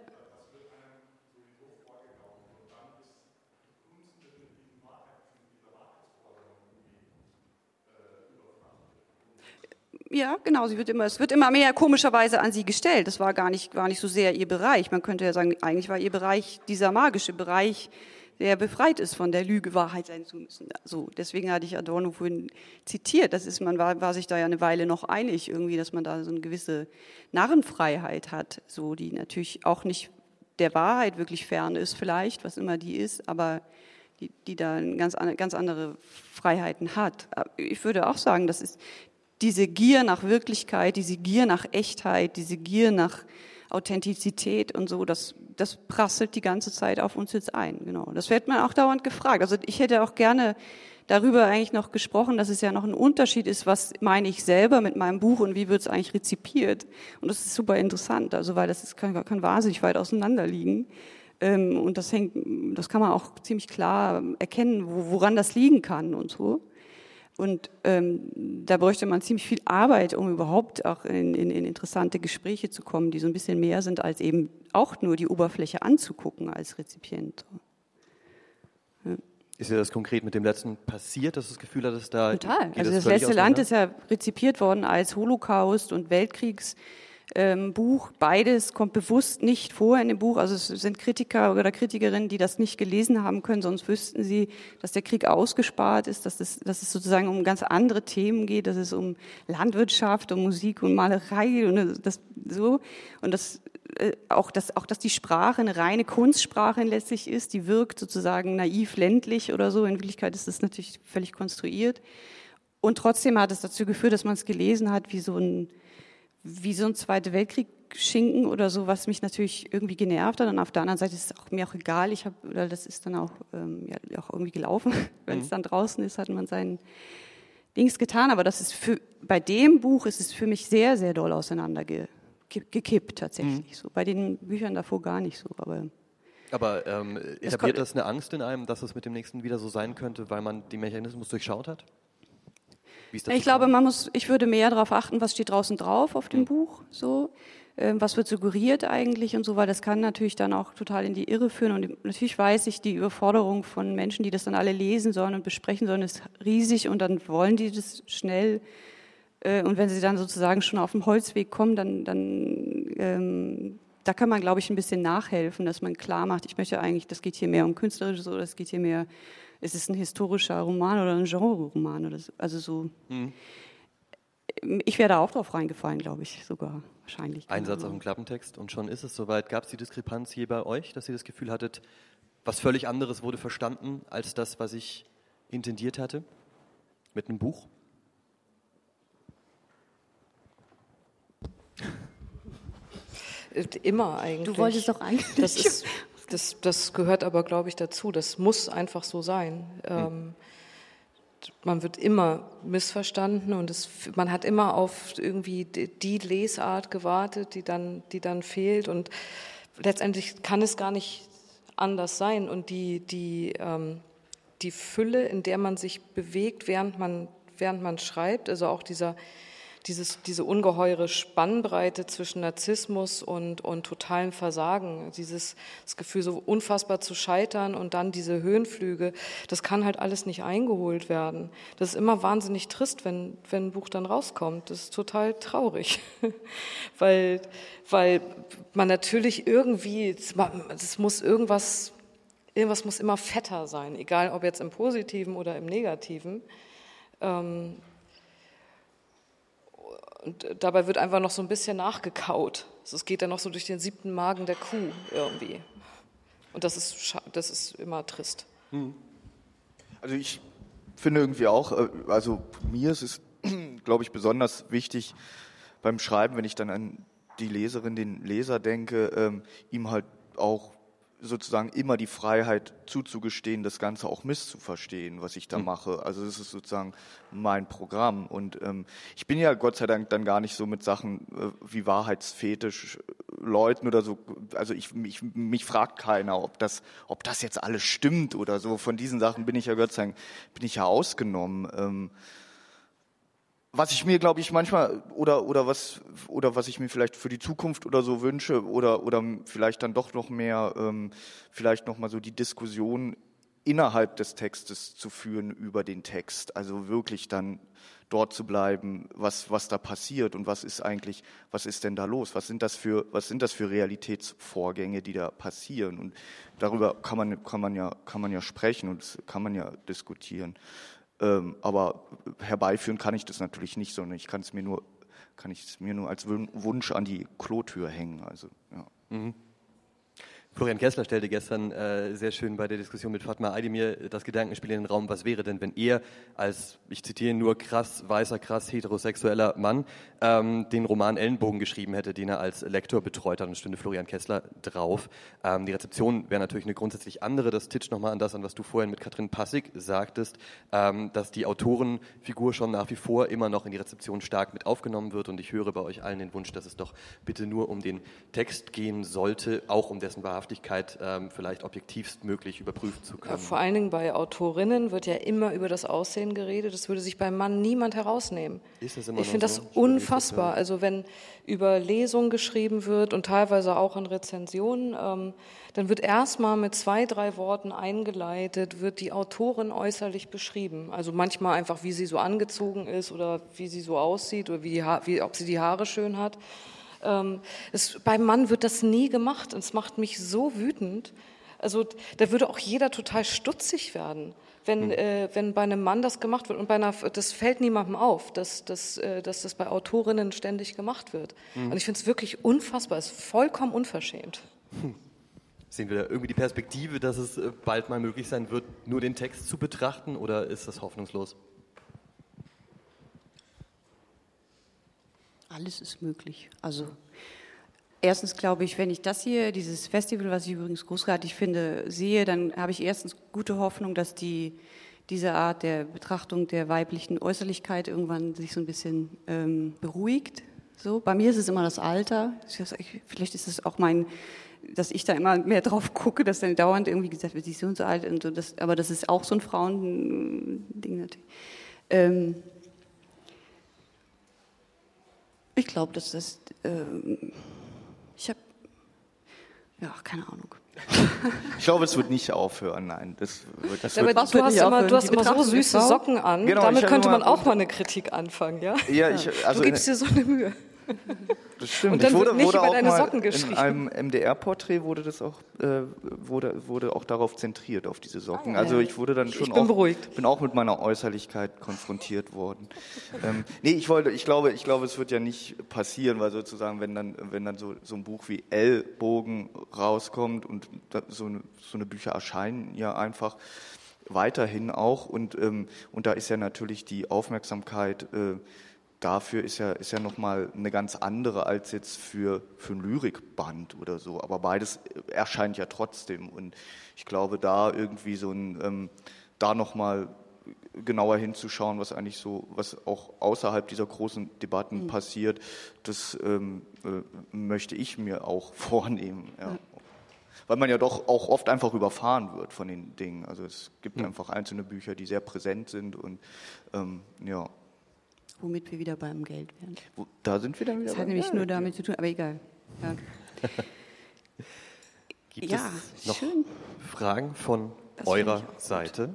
Speaker 4: Ja, genau. Sie wird immer, es wird immer mehr komischerweise an sie gestellt. Das war gar nicht, gar nicht so sehr ihr Bereich. Man könnte ja sagen, eigentlich war ihr Bereich dieser magische Bereich, der befreit ist von der Lüge, Wahrheit sein zu müssen. So, deswegen hatte ich Adorno vorhin zitiert. Das ist, man war, war sich da ja eine Weile noch einig, irgendwie, dass man da so eine gewisse Narrenfreiheit hat, so die natürlich auch nicht der Wahrheit wirklich fern ist, vielleicht, was immer die ist, aber die, die da ganz, ganz andere Freiheiten hat. Ich würde auch sagen, das ist diese Gier nach Wirklichkeit, diese Gier nach Echtheit, diese Gier nach Authentizität und so, das, das prasselt die ganze Zeit auf uns jetzt ein. Genau. Das wird man auch dauernd gefragt. Also ich hätte auch gerne darüber eigentlich noch gesprochen, dass es ja noch ein Unterschied ist, was meine ich selber mit meinem Buch und wie wird es eigentlich rezipiert. Und das ist super interessant, also weil das ist, kann, kann wahnsinnig weit auseinander liegen. Ähm, und das hängt, das kann man auch ziemlich klar erkennen, wo, woran das liegen kann und so. Und ähm, da bräuchte man ziemlich viel Arbeit, um überhaupt auch in, in, in interessante Gespräche zu kommen, die so ein bisschen mehr sind, als eben auch nur die Oberfläche anzugucken als Rezipient. Ja.
Speaker 1: Ist dir das konkret mit dem letzten passiert, dass du das Gefühl hattest, da
Speaker 4: Total.
Speaker 1: geht
Speaker 4: Also
Speaker 1: es
Speaker 4: das
Speaker 1: völlig
Speaker 4: letzte Land
Speaker 1: auseinander?
Speaker 4: ist ja rezipiert worden als Holocaust- und Weltkriegsbuch. Ähm, Buch. Beides kommt bewusst nicht vor in dem Buch. Also es sind Kritiker oder Kritikerinnen, die das nicht gelesen haben können, sonst wüssten sie, dass der Krieg ausgespart ist, dass, das, dass es sozusagen um ganz andere Themen geht, dass es um Landwirtschaft, um Musik und Malerei und das so. Und das äh, auch, dass, auch, dass die Sprache eine reine Kunstsprache letztlich ist, die wirkt sozusagen naiv ländlich oder so. In Wirklichkeit ist das natürlich völlig konstruiert. Und trotzdem hat es dazu geführt, dass man es gelesen hat wie so ein wie so ein Zweite Weltkrieg-Schinken oder so, was mich natürlich irgendwie genervt hat. Und auf der anderen Seite ist es auch, mir auch egal. Ich habe, oder das ist dann auch, ähm, ja, auch irgendwie gelaufen. Wenn es dann draußen ist, hat man seinen Dings getan. Aber das ist für, bei dem Buch ist es für mich sehr, sehr doll auseinandergekippt tatsächlich. Mhm. So. Bei den Büchern davor gar nicht so. Aber,
Speaker 1: aber ähm, etabliert das eine Angst in einem, dass es mit dem nächsten wieder so sein könnte, weil man den Mechanismus durchschaut hat?
Speaker 4: Ich glaube, man muss, ich würde mehr darauf achten, was steht draußen drauf auf dem mhm. Buch, so, äh, was wird suggeriert eigentlich und so, weil das kann natürlich dann auch total in die Irre führen und natürlich weiß ich, die Überforderung von Menschen, die das dann alle lesen sollen und besprechen sollen, ist riesig und dann wollen die das schnell äh, und wenn sie dann sozusagen schon auf dem Holzweg kommen, dann, dann ähm, da kann man, glaube ich, ein bisschen nachhelfen, dass man klar macht, ich möchte eigentlich, das geht hier mehr um Künstlerisches oder es geht hier mehr ist es ein historischer Roman oder ein Genre-Roman? Oder so, also so. Mhm. Ich wäre da auch drauf reingefallen, glaube ich, sogar wahrscheinlich.
Speaker 1: Ein Satz auf dem Klappentext und schon ist es soweit. Gab es die Diskrepanz je bei euch, dass ihr das Gefühl hattet, was völlig anderes wurde verstanden als das, was ich intendiert hatte mit einem Buch?
Speaker 2: Immer eigentlich.
Speaker 4: Du wolltest doch eigentlich.
Speaker 2: Das ist Das, das gehört aber, glaube ich, dazu. Das muss einfach so sein. Ähm, man wird immer missverstanden und es, man hat immer auf irgendwie die Lesart gewartet, die dann, die dann fehlt. Und letztendlich kann es gar nicht anders sein. Und die, die, ähm, die Fülle, in der man sich bewegt, während man, während man schreibt, also auch dieser Dieses, diese ungeheure Spannbreite zwischen Narzissmus und, und totalem Versagen, dieses das Gefühl, so unfassbar zu scheitern und dann diese Höhenflüge, das kann halt alles nicht eingeholt werden. Das ist immer wahnsinnig trist, wenn, wenn ein Buch dann rauskommt. Das ist total traurig, weil, weil man natürlich irgendwie, das muss irgendwas, irgendwas muss immer fetter sein, egal ob jetzt im Positiven oder im Negativen. Ähm, Und dabei wird einfach noch so ein bisschen nachgekaut. Also es geht dann noch so durch den siebten Magen der Kuh irgendwie. Und das ist, das ist immer trist.
Speaker 3: Also ich finde irgendwie auch, also mir ist es, glaube ich, besonders wichtig beim Schreiben, wenn ich dann an die Leserin, den Leser denke, ähm, ihm halt auch sozusagen immer die Freiheit zuzugestehen, das Ganze auch misszuverstehen, was ich da mhm. mache. Also das ist sozusagen mein Programm. Und ähm, ich bin ja Gott sei Dank dann gar nicht so mit Sachen äh, wie Wahrheitsfetisch Leuten oder so. Also ich, mich, mich fragt keiner, ob das, ob das jetzt alles stimmt oder so. Von diesen Sachen bin ich ja Gott sei Dank, bin ich ja ausgenommen. Ähm, Was ich mir, glaube ich, manchmal oder oder was oder was ich mir vielleicht für die Zukunft oder so wünsche oder oder vielleicht dann doch noch mehr, ähm, vielleicht noch mal so die Diskussion innerhalb des Textes zu führen über den Text, also wirklich dann dort zu bleiben, was was da passiert und was ist eigentlich, was ist denn da los? Was sind das für was sind das für Realitätsvorgänge, die da passieren? Und darüber kann man kann man ja kann man ja sprechen und das kann man ja diskutieren. Ähm, aber herbeiführen kann ich das natürlich nicht, sondern ich kann es mir nur, kann ich es mir nur als Wunsch an die Klotür hängen. Also, ja.
Speaker 1: Mhm. Florian Kessler stellte gestern äh, sehr schön bei der Diskussion mit Fatma Aydemir das Gedankenspiel in den Raum, was wäre denn, wenn er als, ich zitiere, nur krass weißer, krass heterosexueller Mann ähm, den Roman Ellenbogen geschrieben hätte, den er als Lektor betreut hat, und stünde Florian Kessler drauf. Ähm, die Rezeption wäre natürlich eine grundsätzlich andere. Das titscht nochmal an das, an was du vorhin mit Katrin Passig sagtest, ähm, dass die Autorenfigur schon nach wie vor immer noch in die Rezeption stark mit aufgenommen wird, und ich höre bei euch allen den Wunsch, dass es doch bitte nur um den Text gehen sollte, auch um dessen Wahrhaftigkeit ähm, vielleicht objektivst möglich überprüfen zu können.
Speaker 2: Ja, vor allen Dingen bei Autorinnen wird ja immer über das Aussehen geredet. Das würde sich beim Mann niemand herausnehmen.
Speaker 1: Ist das immer
Speaker 2: ich
Speaker 1: noch
Speaker 2: finde
Speaker 1: so?
Speaker 2: das unfassbar. Also wenn über Lesungen geschrieben wird und teilweise auch in Rezensionen, ähm, dann wird erstmal mit zwei, drei Worten eingeleitet, wird die Autorin äußerlich beschrieben. Also manchmal einfach, wie sie so angezogen ist oder wie sie so aussieht oder wie die ha- wie, ob sie die Haare schön hat. Ähm, es, beim Mann wird das nie gemacht, und es macht mich so wütend. Also da würde auch jeder total stutzig werden, wenn, hm. äh, wenn bei einem Mann das gemacht wird. Und bei einer, das fällt niemandem auf, dass, dass, äh, dass das bei Autorinnen ständig gemacht wird. Hm. Und ich finde es wirklich unfassbar, es ist vollkommen unverschämt.
Speaker 1: Hm. Sehen wir da irgendwie die Perspektive, dass es bald mal möglich sein wird, nur den Text zu betrachten, oder ist das hoffnungslos?
Speaker 4: Alles ist möglich. Also erstens glaube ich, wenn ich das hier, dieses Festival, was ich übrigens großartig finde, sehe, dann habe ich erstens gute Hoffnung, dass die, diese Art der Betrachtung der weiblichen Äußerlichkeit irgendwann sich so ein bisschen ähm, beruhigt. So, bei mir ist es immer das Alter. Vielleicht ist es auch mein, dass ich da immer mehr drauf gucke, dass dann dauernd irgendwie gesagt wird, sie ist so und so alt. Und so, das, aber das ist auch so ein Frauending natürlich. Ähm, Ich glaube, dass das, ähm, ich habe, ja, keine Ahnung.
Speaker 3: Ich glaube, es wird nicht aufhören, nein. Das, das
Speaker 2: ja,
Speaker 3: wird
Speaker 2: aber du hast immer, du hast immer so süße Socken an,
Speaker 3: genau,
Speaker 2: damit könnte man
Speaker 3: mal,
Speaker 2: auch mal eine Kritik anfangen, ja?
Speaker 3: Ja, ich, also
Speaker 2: du gibst dir so eine Mühe.
Speaker 3: Das stimmt.
Speaker 2: Und dann
Speaker 3: ich wurde,
Speaker 2: wird nicht
Speaker 3: wurde
Speaker 2: über
Speaker 3: auch
Speaker 2: deine
Speaker 3: mal
Speaker 2: Socken geschrieben.
Speaker 3: In einem M D R-Porträt wurde das auch äh, wurde, wurde auch darauf zentriert, auf diese Socken.
Speaker 2: Ah, ja.
Speaker 3: Also ich wurde dann schon
Speaker 2: ich bin
Speaker 3: auch
Speaker 2: beruhigt.
Speaker 3: bin auch mit meiner Äußerlichkeit konfrontiert worden. ähm, nee, ich wollte, ich glaube, ich glaube, es wird ja nicht passieren, weil sozusagen, wenn dann, wenn dann so so ein Buch wie Ellbogen rauskommt und da, so eine, so eine Bücher erscheinen ja einfach weiterhin auch, und ähm, und da ist ja natürlich die Aufmerksamkeit äh, dafür ist ja, ist ja nochmal eine ganz andere als jetzt für, für ein Lyrikband oder so. Aber beides erscheint ja trotzdem. Und ich glaube, da irgendwie so ein, ähm, da nochmal genauer hinzuschauen, was eigentlich so, was auch außerhalb dieser großen Debatten mhm. passiert, das ähm, äh, möchte ich mir auch vornehmen. Ja. Mhm. Weil man ja doch auch oft einfach überfahren wird von den Dingen. Also es gibt mhm. einfach einzelne Bücher, die sehr präsent sind und ähm, ja.
Speaker 4: Womit wir wieder beim Geld wären.
Speaker 3: Wo, da sind wir dann wieder.
Speaker 4: Das hat nämlich
Speaker 3: Geld,
Speaker 4: nur damit ja. zu tun, aber egal. Ja.
Speaker 1: Gibt
Speaker 4: ja,
Speaker 1: es noch
Speaker 4: schön.
Speaker 1: Fragen von das eurer Seite?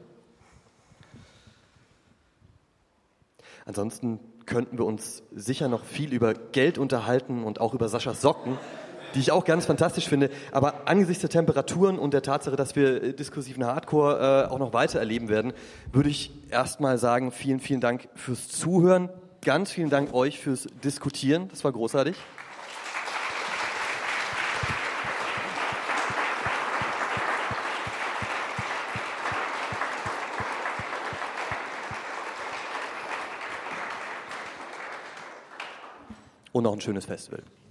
Speaker 1: Ansonsten könnten wir uns sicher noch viel über Geld unterhalten und auch über Saschas Socken, die ich auch ganz fantastisch finde. Aber angesichts der Temperaturen und der Tatsache, dass wir diskursiven Hardcore äh, auch noch weiter erleben werden, würde ich erstmal sagen, vielen, vielen Dank fürs Zuhören. Ganz vielen Dank euch fürs Diskutieren. Das war großartig. Und noch ein schönes Festival.